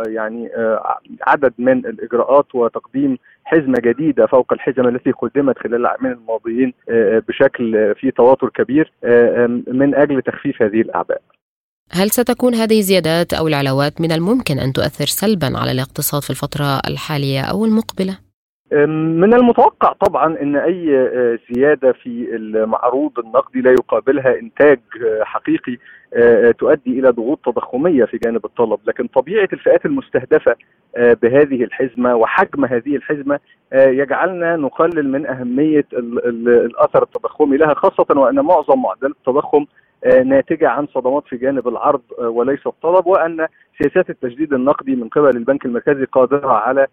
عدد من الإجراءات وتقديم حزمة جديدة فوق الحزمة التي قدمت خلال العامين الماضيين بشكل في تواتر كبير من أجل تخفيف هذه الأعباء. هل ستكون هذه الزيادات أو العلاوات من الممكن أن تؤثر سلبا على الاقتصاد في الفترة الحالية أو المقبلة؟ من المتوقع طبعا أن أي زيادة في المعروض النقدي لا يقابلها إنتاج حقيقي تؤدي إلى ضغوط تضخمية في جانب الطلب، لكن طبيعة الفئات المستهدفة بهذه الحزمة وحجم هذه الحزمة يجعلنا نقلل من أهمية الأثر التضخمي لها، خاصة وأن معظم معدلات التضخم ناتجة عن صدمات في جانب العرض وليس الطلب، وأن سياسات التجديد النقدي من قبل البنك المركزي قادرة على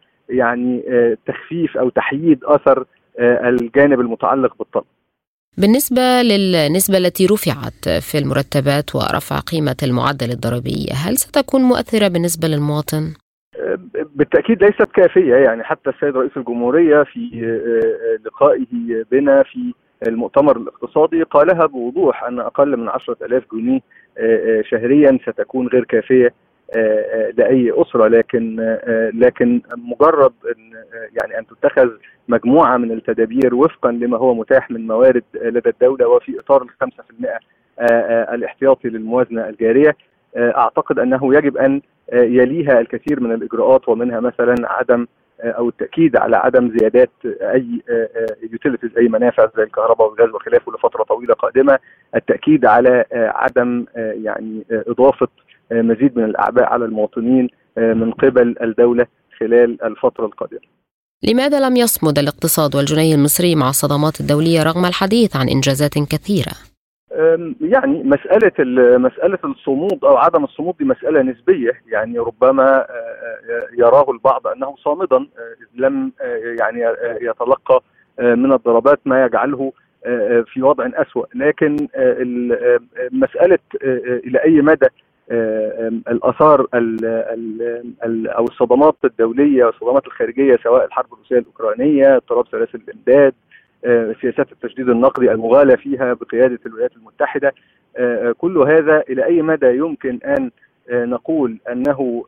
تخفيف أو تحييد أثر الجانب المتعلق بالطلب. بالنسبة للنسبة التي رفعت في المرتبات ورفع قيمة المعدل الضريبي، هل ستكون مؤثرة بالنسبة للمواطن؟ بالتأكيد ليست كافية. حتى السيد رئيس الجمهورية في لقائه بنا في المؤتمر الاقتصادي قالها بوضوح أن أقل من 10,000 جنيه شهريا ستكون غير كافية لأي أسرة، لكن مجرد أن تتخذ مجموعة من التدابير وفقا لما هو متاح من موارد لدى الدولة وفي إطار 5% الاحتياطي للموازنة الجارية، أعتقد أنه يجب أن يليها الكثير من الإجراءات، ومنها مثلا عدم أو التأكيد على عدم زيادات أي يوتيليتيز، أي منافع زي الكهرباء والغاز وخلافه لفترة طويلة قادمة، التأكيد على عدم إضافة مزيد من الأعباء على المواطنين من قبل الدولة خلال الفترة القادمة. لماذا لم يصمد الاقتصاد والجنيه المصري مع الصدمات الدولية رغم الحديث عن إنجازات كثيرة؟ مسألة الصمود أو عدم الصمود دي مسألة نسبية. ربما يراه البعض أنه صامدا لم يتلقى من الضربات ما يجعله في وضع أسوأ، لكن مسألة إلى أي مدى الآثار أو الصدمات الدولية والصدمات الخارجية، سواء الحرب الروسية الأوكرانية، اضطراب سلاسل الإمداد، سياسات التجديد النقدي المغالى فيها بقيادة الولايات المتحدة، كل هذا إلى أي مدى يمكن أن نقول أنه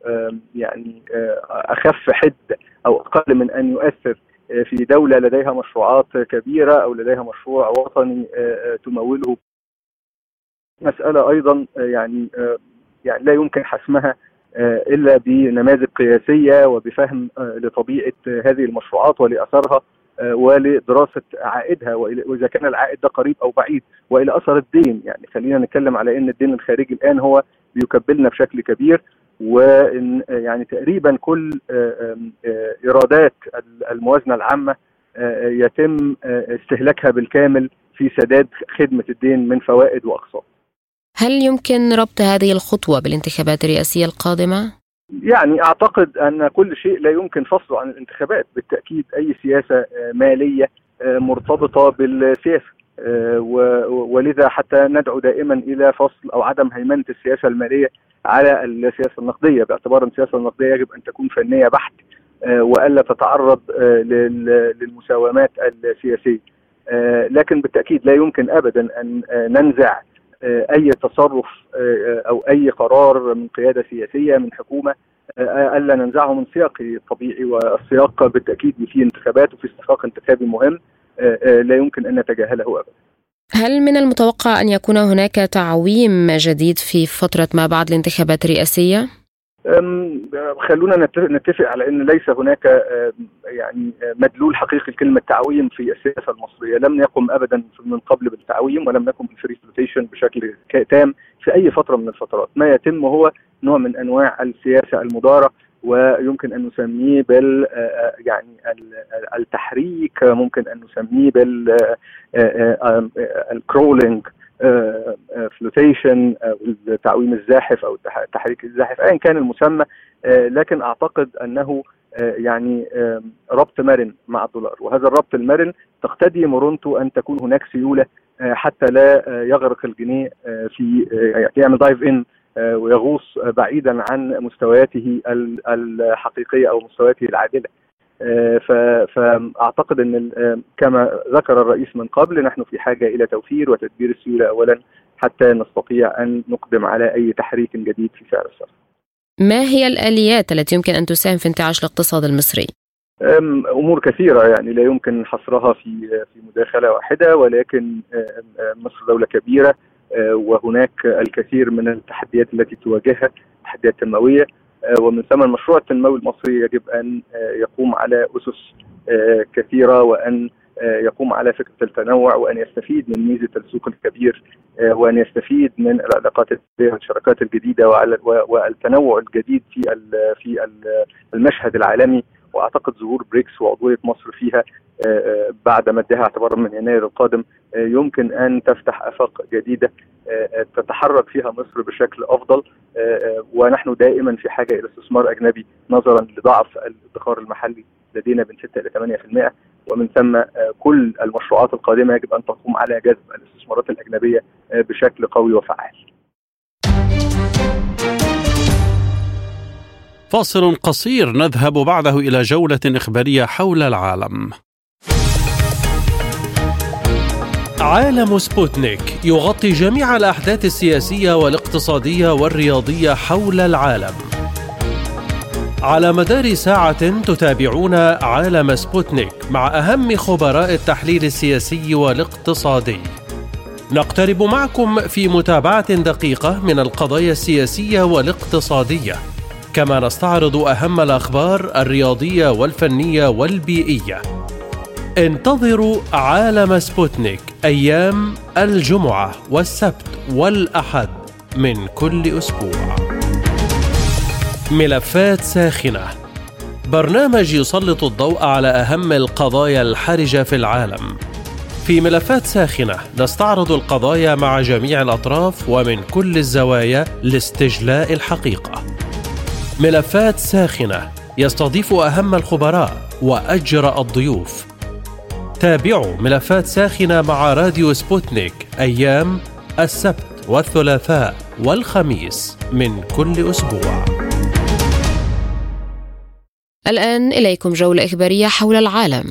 أخف حدة أو أقل من أن يؤثر في دولة لديها مشروعات كبيرة أو لديها مشروع وطني تموله. مسألة أيضا لا يمكن حسمها إلا بنماذج قياسية وبفهم لطبيعة هذه المشروعات ولأثرها ولدراسة عائدها، وإذا كان العائد ده قريب أو بعيد، وإلى أثر الدين. خلينا نتكلم على أن الدين الخارجي الآن هو بيكبلنا بشكل كبير، وإن تقريبا كل إيرادات الموازنة العامة يتم استهلاكها بالكامل في سداد خدمة الدين من فوائد وأقساط. هل يمكن ربط هذه الخطوة بالانتخابات الرئاسية القادمة؟ أعتقد أن كل شيء لا يمكن فصله عن الانتخابات. بالتأكيد أي سياسة مالية مرتبطة بالسياسة، ولذا حتى ندعو دائما إلى فصل أو عدم هيمنة السياسة المالية على السياسة النقدية، باعتبار أن السياسة النقدية يجب أن تكون فنية بحت وألا تتعرض للمساومات السياسية. لكن بالتأكيد لا يمكن أبدا أن ننزع أي تصرف أو أي قرار من قيادة سياسية من حكومة ألا ننزعه من سياقه الطبيعي، والسياق بالتأكيد فيه انتخابات وفي استحقاق انتخابي مهم لا يمكن أن نتجاهله أبدا. هل من المتوقع أن يكون هناك تعويم جديد في فترة ما بعد الانتخابات الرئاسية؟ خلونا نتفق على أن ليس هناك مدلول حقيقي لكلمة تعويم في السياسة المصرية. لم يقم أبدا من قبل بالتعويم، ولم يقم بالفري فلوتيشن بشكل تام في أي فترة من الفترات. ما يتم هو نوع من أنواع السياسة المدارة، ويمكن أن نسميه بال التحريك، ممكن أن نسميه بال الكرولينج فلوتيشن أو التعويم الزاحف أو التحريك الزاحف، أيا كان المسمى. لكن أعتقد أنه ربط مرن مع الدولار، وهذا الربط المرن تقتضي مرونته أن تكون هناك سيولة حتى لا يغرق الجنيه في يعمل دايف ان ويغوص بعيدا عن مستوياته الحقيقية أو مستوياته العادلة. فأعتقد أن كما ذكر الرئيس من قبل، نحن في حاجة إلى توفير وتدبير السيولة أولا حتى نستطيع أن نقدم على أي تحريك جديد في سعر الصرف. ما هي الآليات التي يمكن أن تساهم في انتعاش الاقتصاد المصري؟ أمور كثيرة، يعني لا يمكن حصرها في مداخلة واحدة، ولكن مصر دولة كبيرة وهناك الكثير من التحديات التي تواجهها، تحديات تنموية، ومن ثم المشروع التنموي المصري يجب أن يقوم على أسس كثيرة، وأن يقوم على فكرة التنوع، وأن يستفيد من ميزة السوق الكبير، وأن يستفيد من العلاقات والشراكات الجديدة والتنوع الجديد في المشهد العالمي. وأعتقد ظهور بريكس وعضوية مصر فيها بعد مدها اعتبارا من يناير القادم يمكن أن تفتح آفاق جديدة تتحرك فيها مصر بشكل أفضل، ونحن دائما في حاجة إلى استثمار أجنبي نظرا لضعف الادخار المحلي لدينا من 6 إلى 8%، ومن ثم كل المشروعات القادمة يجب أن تقوم على جذب الاستثمارات الأجنبية بشكل قوي وفعال. فاصل قصير نذهب بعده إلى جولة إخبارية حول العالم. عالم سبوتنيك يغطي جميع الأحداث السياسية والاقتصادية والرياضية حول العالم. على مدار ساعة تتابعون عالم سبوتنيك مع أهم خبراء التحليل السياسي والاقتصادي. نقترب معكم في متابعة دقيقة من القضايا السياسية والاقتصادية، كما نستعرض أهم الأخبار الرياضية والفنية والبيئية. انتظروا عالم سبوتنيك أيام الجمعة والسبت والأحد من كل أسبوع. ملفات ساخنة، برنامج يسلط الضوء على أهم القضايا الحرجة في العالم. في ملفات ساخنة نستعرض القضايا مع جميع الأطراف ومن كل الزوايا لاستجلاء الحقيقة. ملفات ساخنة يستضيف أهم الخبراء وأجرأ الضيوف. تابعوا ملفات ساخنة مع راديو سبوتنيك أيام السبت والثلاثاء والخميس من كل أسبوع. الآن إليكم جولة إخبارية حول العالم.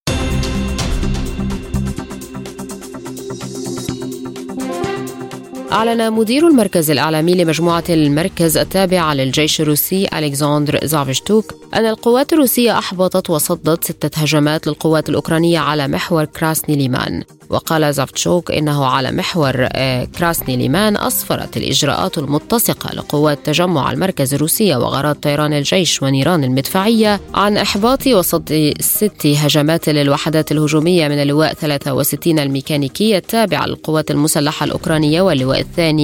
أعلن مدير المركز الإعلامي لمجموعة المركز التابعة للجيش الروسي ألكسندر زافشتوك أن القوات الروسية أحبطت وصدت 6 هجمات للقوات الأوكرانية على محور كراسني ليمان. وقال زافشتوك إنه على محور كراسني ليمان أسفرت الإجراءات المتسقة لقوات تجمع المركز الروسية وغارات طيران الجيش ونيران المدفعية عن إحباط وصد 6 هجمات للوحدات الهجومية من اللواء 63 الميكانيكي التابع للقوات المسلحة الأوكرانية واللواء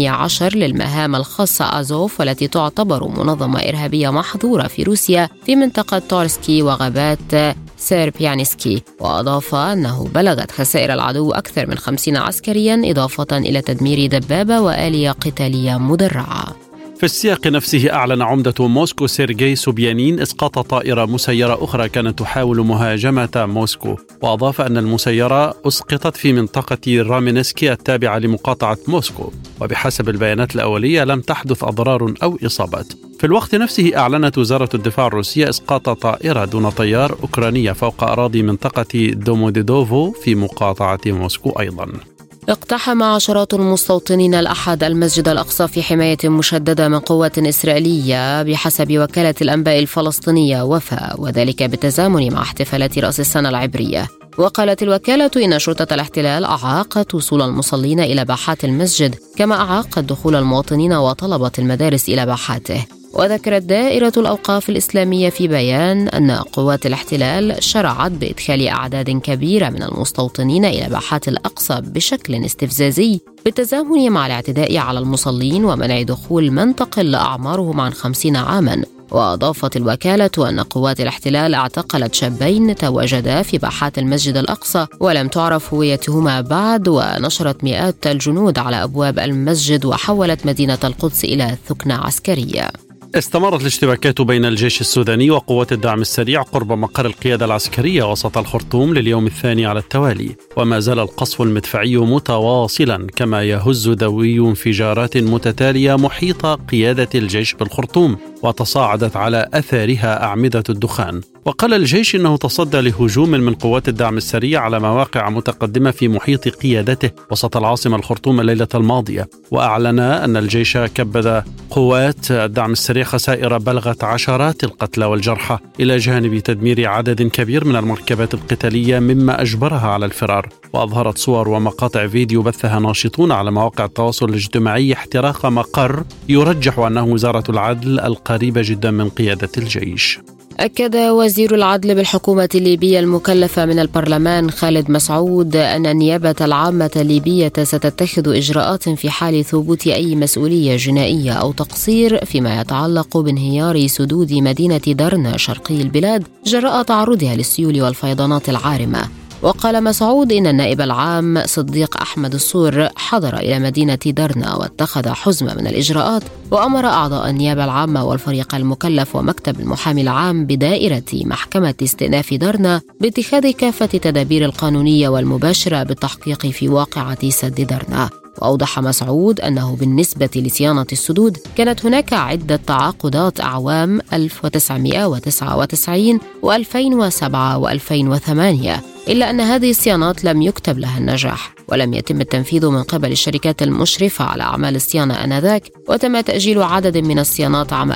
12 للمهام الخاصة أزوف، والتي تعتبر منظمة إرهابية محظورة في روسيا في منطقة تورسكي وغابات سيربيانسكي. وأضاف أنه بلغت خسائر العدو أكثر من 50 عسكريا، إضافة إلى تدمير دبابة وآلية قتالية مدرعة. في السياق نفسه أعلن عمدة موسكو سيرجي سوبيانين إسقاط طائرة مسيرة أخرى كانت تحاول مهاجمة موسكو، وأضاف أن المسيرة أسقطت في منطقة رامينسكي التابعة لمقاطعة موسكو، وبحسب البيانات الأولية لم تحدث أضرار أو إصابات. في الوقت نفسه أعلنت وزارة الدفاع الروسية إسقاط طائرة دون طيار أوكرانية فوق أراضي منطقة دوموديدوفو في مقاطعة موسكو أيضا. اقتحم عشرات المستوطنين الأحد المسجد الأقصى في حماية مشددة من قوات إسرائيلية بحسب وكالة الأنباء الفلسطينية وفاء، وذلك بالتزامن مع احتفالات رأس السنة العبرية. وقالت الوكالة إن شرطة الاحتلال أعاقت وصول المصلين إلى باحات المسجد، كما أعاقت دخول المواطنين وطلبة المدارس إلى باحاته. وذكرت دائرة الأوقاف الإسلامية في بيان أن قوات الاحتلال شرعت بإدخال أعداد كبيرة من المستوطنين إلى باحات الأقصى بشكل استفزازي بالتزامن مع الاعتداء على المصلين ومنع دخول من تقل أعمارهم عن 50 عاما. وأضافت الوكالة أن قوات الاحتلال اعتقلت شابين تواجدا في باحات المسجد الأقصى ولم تعرف هويتهما بعد، ونشرت مئات الجنود على أبواب المسجد وحولت مدينة القدس إلى ثكنة عسكرية. استمرت الاشتباكات بين الجيش السوداني وقوات الدعم السريع قرب مقر القيادة العسكرية وسط الخرطوم لليوم الثاني على التوالي، وما زال القصف المدفعي متواصلا كما يهز دوي انفجارات متتالية محيط قيادة الجيش بالخرطوم، وتصاعدت على أثارها أعمدة الدخان. وقال الجيش إنه تصدى لهجوم من قوات الدعم السريع على مواقع متقدمة في محيط قيادته وسط العاصمة الخرطوم الليلة الماضية، وأعلن أن الجيش كبد قوات الدعم السريع خسائر بلغت عشرات القتلى والجرحى، إلى جانب تدمير عدد كبير من المركبات القتالية مما أجبرها على الفرار. وأظهرت صور ومقاطع فيديو بثها ناشطون على مواقع التواصل الاجتماعي احتراق مقر يرجح أنه وزارة العدل القريبة جدا من قيادة الجيش. أكد وزير العدل بالحكومة الليبية المكلفة من البرلمان خالد مسعود أن النيابة العامة الليبية ستتخذ إجراءات في حال ثبوت أي مسؤولية جنائية أو تقصير فيما يتعلق بانهيار سدود مدينة درنا شرقي البلاد جراء تعرضها للسيول والفيضانات العارمة. وقال مسعود إن النائب العام صديق أحمد الصور حضر إلى مدينة درنا واتخذ حزمة من الإجراءات، وأمر أعضاء النيابة العامة والفريق المكلف ومكتب المحامي العام بدائرة محكمة استئناف درنا باتخاذ كافة التدابير القانونية والمباشرة بالتحقيق في واقعة سد درنا. وأوضح مسعود أنه بالنسبة لصيانة السدود كانت هناك عدة تعاقدات أعوام 1999 و2007 و2008، إلا أن هذه الصيانات لم يكتب لها النجاح ولم يتم التنفيذ من قبل الشركات المشرفة على أعمال الصيانة آنذاك، وتم تأجيل عدد من الصيانات عام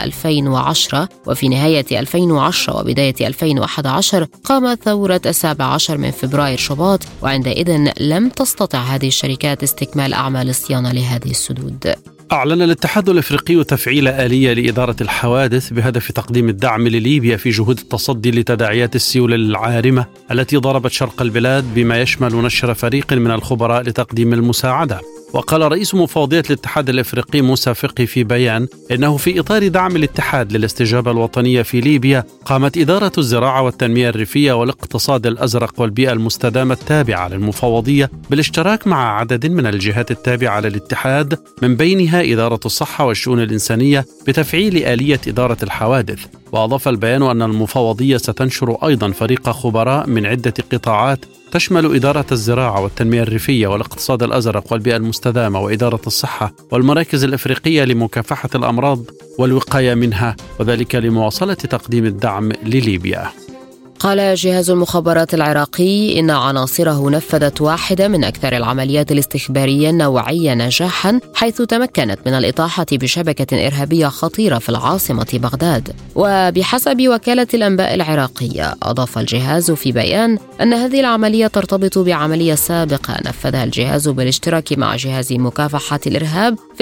2010. وفي نهاية 2010 وبداية 2011 قامت ثورة 17 من فبراير شباط، وعندئذ لم تستطع هذه الشركات استكمال أعمال الصيانة لهذه السدود. أعلن الاتحاد الأفريقي تفعيل آلية لإدارة الحوادث بهدف تقديم الدعم لليبيا في جهود التصدي لتداعيات السيول العارمة التي ضربت شرق البلاد، بما يشمل نشر فريق من الخبراء لتقديم المساعدة. وقال رئيس مفوضية الاتحاد الأفريقي موسى فقي في بيان إنه في إطار دعم الاتحاد للاستجابة الوطنية في ليبيا، قامت إدارة الزراعة والتنمية الريفية والاقتصاد الأزرق والبيئة المستدامة التابعة للمفوضية بالاشتراك مع عدد من الجهات التابعة للاتحاد، من بينها إدارة الصحة والشؤون الإنسانية، بتفعيل آلية إدارة الحوادث. وأضاف البيان أن المفوضية ستنشر أيضا فريق خبراء من عدة قطاعات تشمل إدارة الزراعة والتنمية الريفية والاقتصاد الأزرق والبيئة المستدامة وإدارة الصحة والمراكز الإفريقية لمكافحة الأمراض والوقاية منها، وذلك لمواصلة تقديم الدعم لليبيا. قال جهاز المخابرات العراقي إن عناصره نفذت واحدة من أكثر العمليات الاستخبارية النوعية نجاحا، حيث تمكنت من الإطاحة بشبكة إرهابية خطيرة في العاصمة بغداد. وبحسب وكالة الأنباء العراقية، أضاف الجهاز في بيان أن هذه العملية ترتبط بعملية سابقة نفذها الجهاز بالاشتراك مع جهاز مكافحة الإرهاب في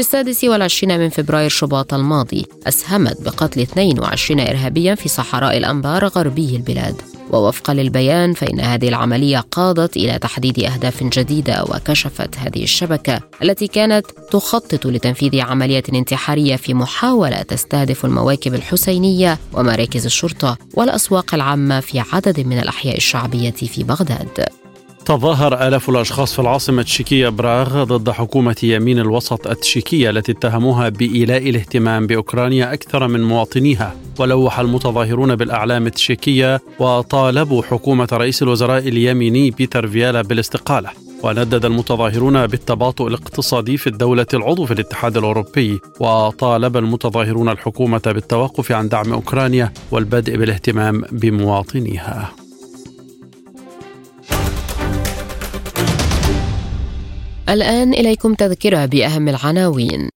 26 من فبراير شباط الماضي، أسهمت بقتل 22 إرهابيا في صحراء الأنبار غربي البلاد. ووفقا للبيان فإن هذه العملية قادت إلى تحديد أهداف جديدة، وكشفت هذه الشبكة التي كانت تخطط لتنفيذ عملية انتحارية في محاولة تستهدف المواكب الحسينية ومراكز الشرطة والأسواق العامة في عدد من الأحياء الشعبية في بغداد. تظاهر آلاف الأشخاص في العاصمة التشيكية براغ ضد حكومة يمين الوسط التشيكية التي اتهموها بإيلاء الاهتمام بأوكرانيا أكثر من مواطنيها. ولوح المتظاهرون بالأعلام التشيكية وطالبوا حكومة رئيس الوزراء اليميني بيتر فيالا بالاستقالة. وندد المتظاهرون بالتباطؤ الاقتصادي في الدولة العضو في الاتحاد الأوروبي، وطالب المتظاهرون الحكومة بالتوقف عن دعم أوكرانيا والبدء بالاهتمام بمواطنيها. الآن إليكم تذكرة بأهم العناوين.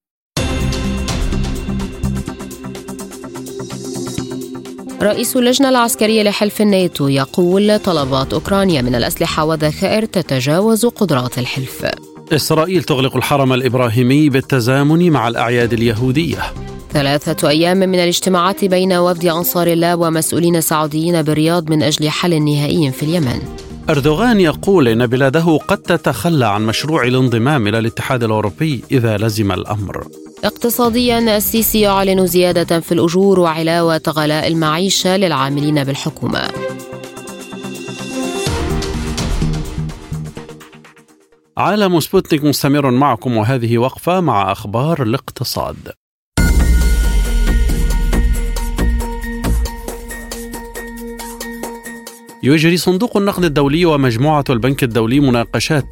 رئيس اللجنة العسكرية لحلف الناتو يقول طلبات أوكرانيا من الأسلحة والذخائر تتجاوز قدرات الحلف. إسرائيل تغلق الحرم الإبراهيمي بالتزامن مع الأعياد اليهودية. 3 أيام من الاجتماعات بين وفد أنصار الله ومسؤولين سعوديين بالرياض من أجل حل نهائي في اليمن. أردوغان يقول إن بلاده قد تتخلى عن مشروع الانضمام إلى الاتحاد الأوروبي إذا لزم الأمر. اقتصاديا، السيسي يعلن زيادة في الأجور وعلاوة غلاء المعيشة للعاملين بالحكومة. عالم سبوتنيك مستمر معكم، وهذه وقفة مع أخبار الاقتصاد. يجري صندوق النقد الدولي ومجموعة البنك الدولي مناقشات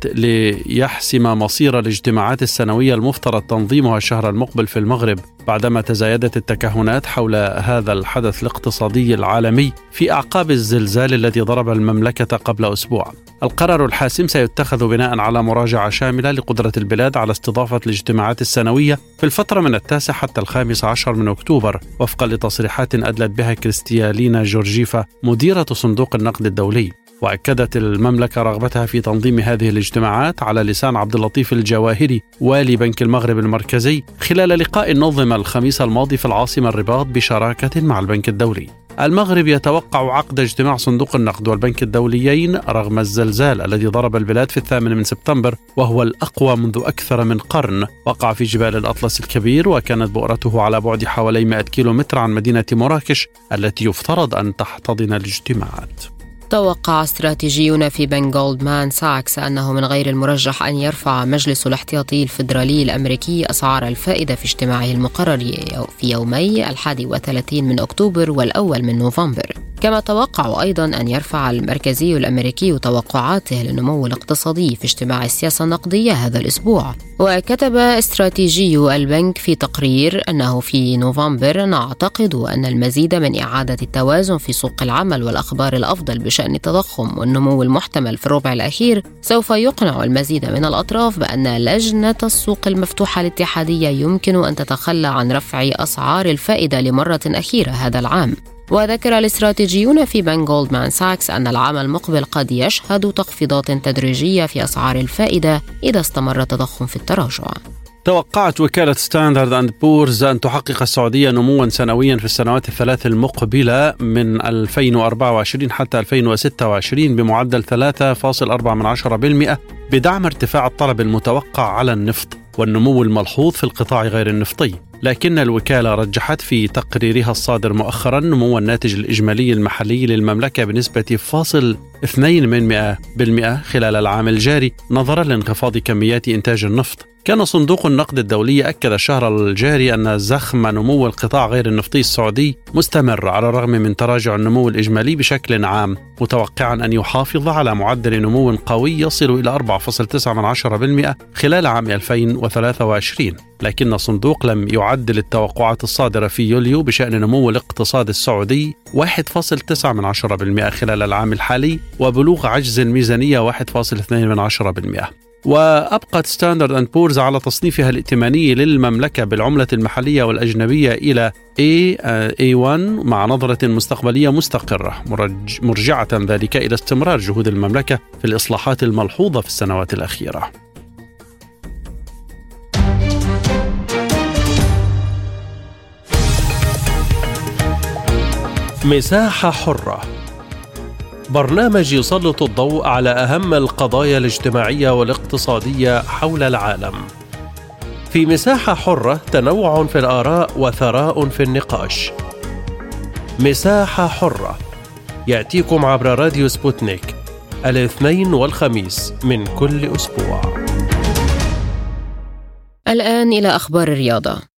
ليحسم مصير الاجتماعات السنوية المفترض تنظيمها الشهر المقبل في المغرب، بعدما تزايدت التكهنات حول هذا الحدث الاقتصادي العالمي في أعقاب الزلزال الذي ضرب المملكة قبل أسبوع. القرار الحاسم سيتخذ بناء على مراجعة شاملة لقدرة البلاد على استضافة الاجتماعات السنوية في الفترة من 9 حتى 15 من أكتوبر، وفقا لتصريحات أدلت بها كريستيالينا جورجيفا مديرة صندوق النقد الدولي. وأكدت المملكة رغبتها في تنظيم هذه الاجتماعات على لسان عبد اللطيف الجواهري والي بنك المغرب المركزي خلال لقاء نظم الخميس الماضي في العاصمة الرباط بشراكة مع البنك الدولي. المغرب يتوقع عقد اجتماع صندوق النقد والبنك الدوليين رغم الزلزال الذي ضرب البلاد في 8 من سبتمبر، وهو الأقوى منذ أكثر من قرن. وقع في جبال الأطلس الكبير، وكانت بؤرته على بعد حوالي 100 كيلومتر عن مدينة مراكش التي يفترض أن تحتضن الاجتماعات. توقع استراتيجيون في بنك جولدمان ساكس أنه من غير المرجح أن يرفع مجلس الاحتياطي الفيدرالي الأمريكي أسعار الفائدة في اجتماعه المقرر في يومي 31 من أكتوبر والأول من نوفمبر. كما توقع أيضا أن يرفع المركزي الأمريكي توقعاته للنمو الاقتصادي في اجتماع السياسة النقدية هذا الأسبوع. وكتب استراتيجي البنك في تقرير أنه في نوفمبر نعتقد أن المزيد من إعادة التوازن في سوق العمل والأخبار الأفضل بشأن التضخم والنمو المحتمل في الربع الأخير سوف يقنع المزيد من الأطراف بأن لجنة السوق المفتوحة الاتحادية يمكن أن تتخلى عن رفع أسعار الفائدة لمرة أخيرة هذا العام. وذكر الاستراتيجيون في بنك جولدمان ساكس أن العام المقبل قد يشهد تخفيضات تدريجية في أسعار الفائدة إذا استمر التضخم في التراجع. توقعت وكالة ستاندرد أند بورز أن تحقق السعودية نموا سنويا في السنوات الثلاث المقبلة من 2024 حتى 2026 بمعدل 3.4% بدعم ارتفاع الطلب المتوقع على النفط والنمو الملحوظ في القطاع غير النفطي. لكن الوكالة رجحت في تقريرها الصادر مؤخرا نمو الناتج الإجمالي المحلي للمملكة بنسبة 0.2% خلال العام الجاري نظرا لانخفاض كميات إنتاج النفط. كان صندوق النقد الدولي أكد الشهر الجاري أن زخم نمو القطاع غير النفطي السعودي مستمر على الرغم من تراجع النمو الإجمالي بشكل عام، متوقعا أن يحافظ على معدل نمو قوي يصل إلى 4.9% خلال عام 2023. لكن الصندوق لم يعدل التوقعات الصادرة في يوليو بشأن نمو الاقتصاد السعودي 1.9% خلال العام الحالي وبلوغ عجز الميزانية 1.2%. وأبقت ستاندرد أند بورز على تصنيفها الائتماني للمملكة بالعملة المحلية والأجنبية إلى A1 مع نظرة مستقبلية مستقرة، مرجعة ذلك إلى استمرار جهود المملكة في الإصلاحات الملحوظة في السنوات الأخيرة. مساحة حرة، برنامج يسلط الضوء على أهم القضايا الاجتماعية والاقتصادية حول العالم. في مساحة حرة تنوع في الآراء وثراء في النقاش. مساحة حرة يأتيكم عبر راديو سبوتنيك الاثنين والخميس من كل أسبوع. الآن إلى أخبار الرياضة.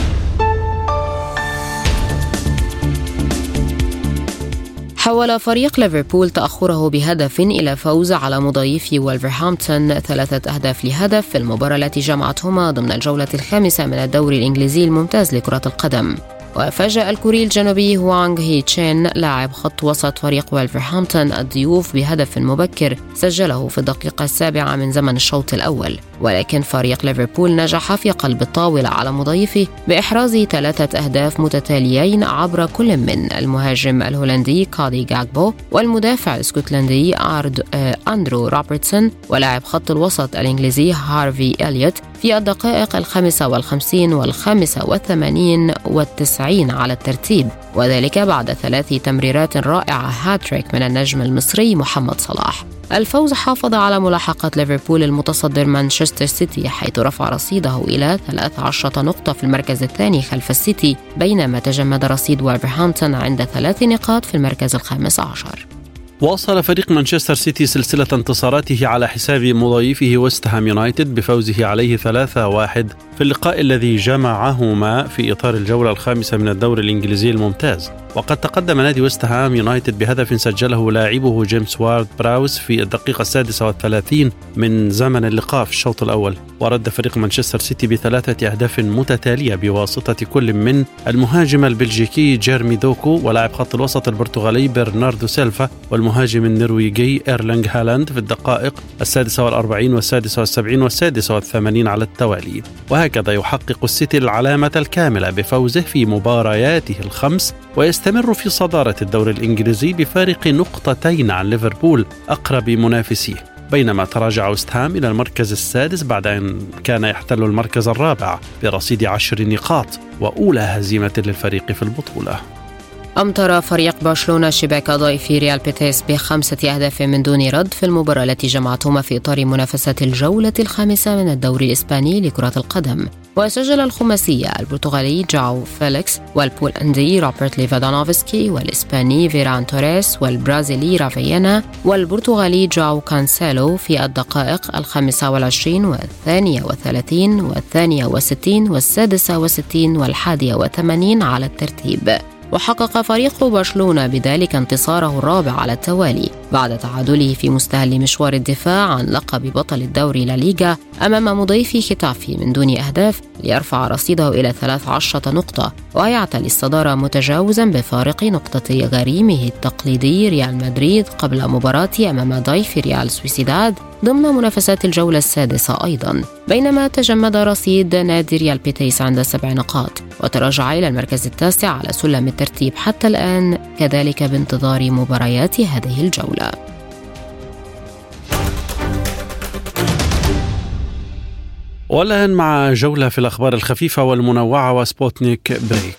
حول فريق ليفربول تأخره بهدف إلى فوز على مضيفي وولفرهامبتون 3-0 في المباراة التي جمعتهما ضمن الجولة الخامسة من الدوري الإنجليزي الممتاز لكرة القدم. وفاجأ الكوري الجنوبي هوانغ هي تشين لاعب خط وسط فريق وولفرهامبتون الضيوف بهدف مبكر سجله في الدقيقة 7 من زمن الشوط الأول، ولكن فريق ليفربول نجح في قلب الطاولة على مضيفه بإحراز 3 أهداف متتاليين عبر كل من المهاجم الهولندي كادي غاكبو والمدافع الاسكتلندي أندرو روبرتسون ولاعب خط الوسط الإنجليزي هارفي إليوت في الدقائق 55 و85 و90 على الترتيب، وذلك بعد 3 تمريرات رائعة هاتريك من النجم المصري محمد صلاح. الفوز حافظ على ملاحقة ليفربول المتصدر مانشستر سيتي حيث رفع رصيده إلى 13 نقطة في المركز الثاني خلف السيتي، بينما تجمد رصيد وولفرهامبتون عند 3 نقاط في المركز ال15. واصل فريق مانشستر سيتي سلسلة انتصاراته على حساب مضيفه ويست هام يونايتد بفوزه عليه 3-1 في اللقاء الذي جمعهما في إطار الجولة الخامسة من الدوري الإنجليزي الممتاز. وقد تقدم نادي ويست هام يونايتد بهدف سجله لاعبه جيمس وارد براوس في الدقيقة 36 من زمن اللقاء في الشوط الأول. ورد فريق مانشستر سيتي ب3 أهداف متتالية بواسطة كل من المهاجم البلجيكي جيرمي دوكو ولاعب خط الوسط البرتغالي برناردو سيلفا والمهاجم النرويجي إيرلينغ هالاند في الدقائق 46 و76 و86 على التوالي. وهكذا يحقق السيتي العلامة الكاملة بفوزه في مبارياته الخمس، ويستمر في صدارة الدوري الإنجليزي بفارق نقطتين عن ليفربول أقرب منافسيه، بينما تراجع ويست هام إلى المركز السادس بعد أن كان يحتل المركز الرابع برصيد 10 نقاط، وأولى هزيمة للفريق في البطولة. أمطر فريق برشلونة شباك ضيفي ريال بيتيس ب5 أهداف من دون رد في المباراة التي جمعتهما في إطار منافسة الجولة الخامسة من الدوري الإسباني لكرة القدم. وسجل الخماسية البرتغالي جاو فيليكس والبولندي روبرت ليفادانوفسكي والإسباني فيران توريس والبرازيلي رافيانا والبرتغالي جاو كانسيلو في الدقائق 25 و32 و62 و66 و81 على الترتيب. وحقق فريق برشلونة بذلك انتصاره الرابع على التوالي بعد تعادله في مستهل مشوار الدفاع عن لقب بطل الدوري لا ليغا أمام مضيفي ختافي من دون أهداف ليرفع رصيده إلى 13 نقطة ويعتلي الصدارة متجاوزا بفارق نقطة غريمه التقليدي ريال مدريد قبل مباراة أمام ضيف ريال سويسيداد ضمن منافسات الجولة السادسة أيضا، بينما تجمد رصيد نادي ريال بيتيس عند 7 نقاط وتراجع إلى المركز التاسع على سلم الترتيب حتى الآن، كذلك بانتظار مباريات هذه الجولة. والآن مع جولة في الأخبار الخفيفة والمنوعة وسبوتنيك بريك.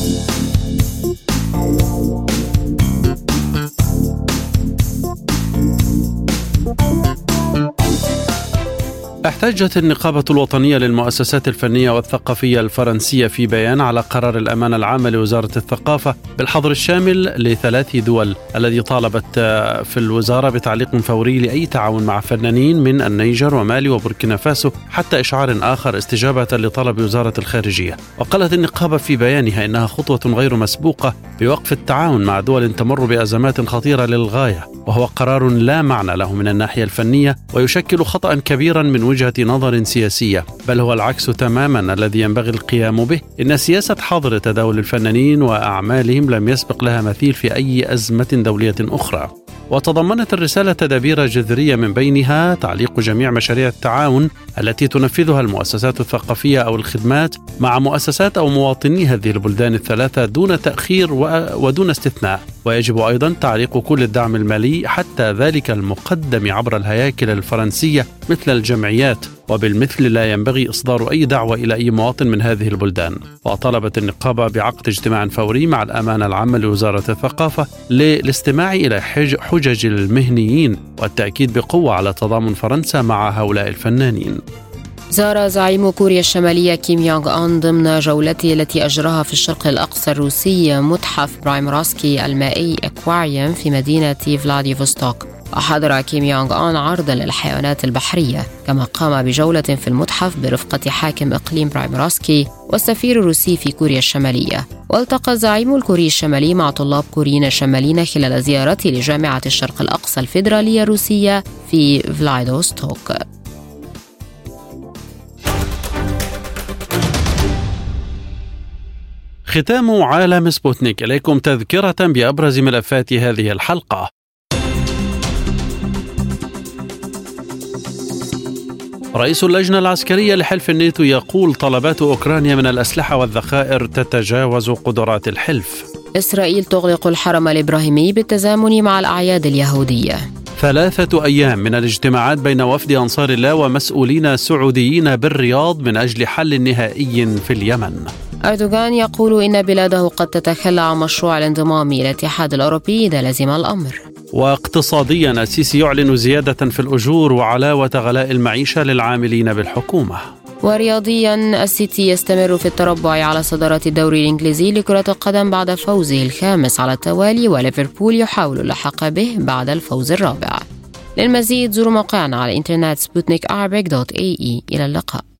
احتجت النقابة الوطنية للمؤسسات الفنية والثقافية الفرنسية في بيان على قرار الأمانة العامة لوزارة الثقافة بالحظر الشامل ل3 دول، الذي طالبت في الوزارة بتعليق فوري لأي تعاون مع فنانين من النيجر ومالي وبوركينا فاسو حتى إشعار آخر استجابة لطلب وزارة الخارجية. وقالت النقابة في بيانها إنها خطوة غير مسبوقة بوقف التعاون مع دول تمر بأزمات خطيرة للغاية، وهو قرار لا معنى له من الناحية الفنية ويشكل خطأ كبيرا من وجهة نظر سياسية، بل هو العكس تماما الذي ينبغي القيام به. إن سياسة حظر تداول الفنانين وأعمالهم لم يسبق لها مثيل في أي أزمة دولية أخرى. وتضمنت الرسالة تدابير جذرية من بينها تعليق جميع مشاريع التعاون التي تنفذها المؤسسات الثقافية أو الخدمات مع مؤسسات أو مواطني هذه البلدان الثلاثة دون تأخير ودون استثناء. ويجب أيضا تعليق كل الدعم المالي حتى ذلك المقدم عبر الهياكل الفرنسية مثل الجمعيات، وبالمثل لا ينبغي إصدار أي دعوة إلى أي مواطن من هذه البلدان. وطلبت النقابة بعقد اجتماع فوري مع الأمانة العامة لوزارة الثقافة للاستماع إلى حجج المهنيين والتأكيد بقوة على تضامن فرنسا مع هؤلاء الفنانين. زار زعيم كوريا الشمالية كيم يونغ أون ضمن جولته التي أجراها في الشرق الأقصى الروسي متحف برايمورسكي المائي أكواريوم في مدينة فلاديفوستوك. وحضر كيم يونغ أون عرضا للحيوانات البحرية، كما قام بجولة في المتحف برفقة حاكم إقليم برايمورسكي والسفير الروسي في كوريا الشمالية. والتقى الزعيم الكوري الشمالي مع طلاب كوريين شماليين خلال زيارته لجامعة الشرق الأقصى الفيدرالية الروسية في فلاديفوستوك. ختام عالم سبوتنيك، إليكم تذكرة بأبرز ملفات هذه الحلقة. رئيس اللجنة العسكرية لحلف الناتو يقول طلبات أوكرانيا من الأسلحة والذخائر تتجاوز قدرات الحلف. إسرائيل تغلق الحرم الإبراهيمي بالتزامن مع الأعياد اليهودية. 3 أيام من الاجتماعات بين وفد أنصار الله ومسؤولين سعوديين بالرياض من أجل حل نهائي في اليمن. أردوغان يقول إن بلاده قد تتخلى عن مشروع الانضمام إلى الاتحاد الأوروبي إذا لزم الأمر. واقتصاديا السيسي يعلن زيادة في الأجور وعلاوة غلاء المعيشة للعاملين بالحكومة. ورياضيا السيتي يستمر في التربع على صدارة الدوري الإنجليزي لكرة القدم بعد فوزه الخامس على التوالي، وليفربول يحاول اللحاق به بعد الفوز الرابع. للمزيد زوروا موقعنا على الإنترنت sputnikarabic.ae. إلى اللقاء.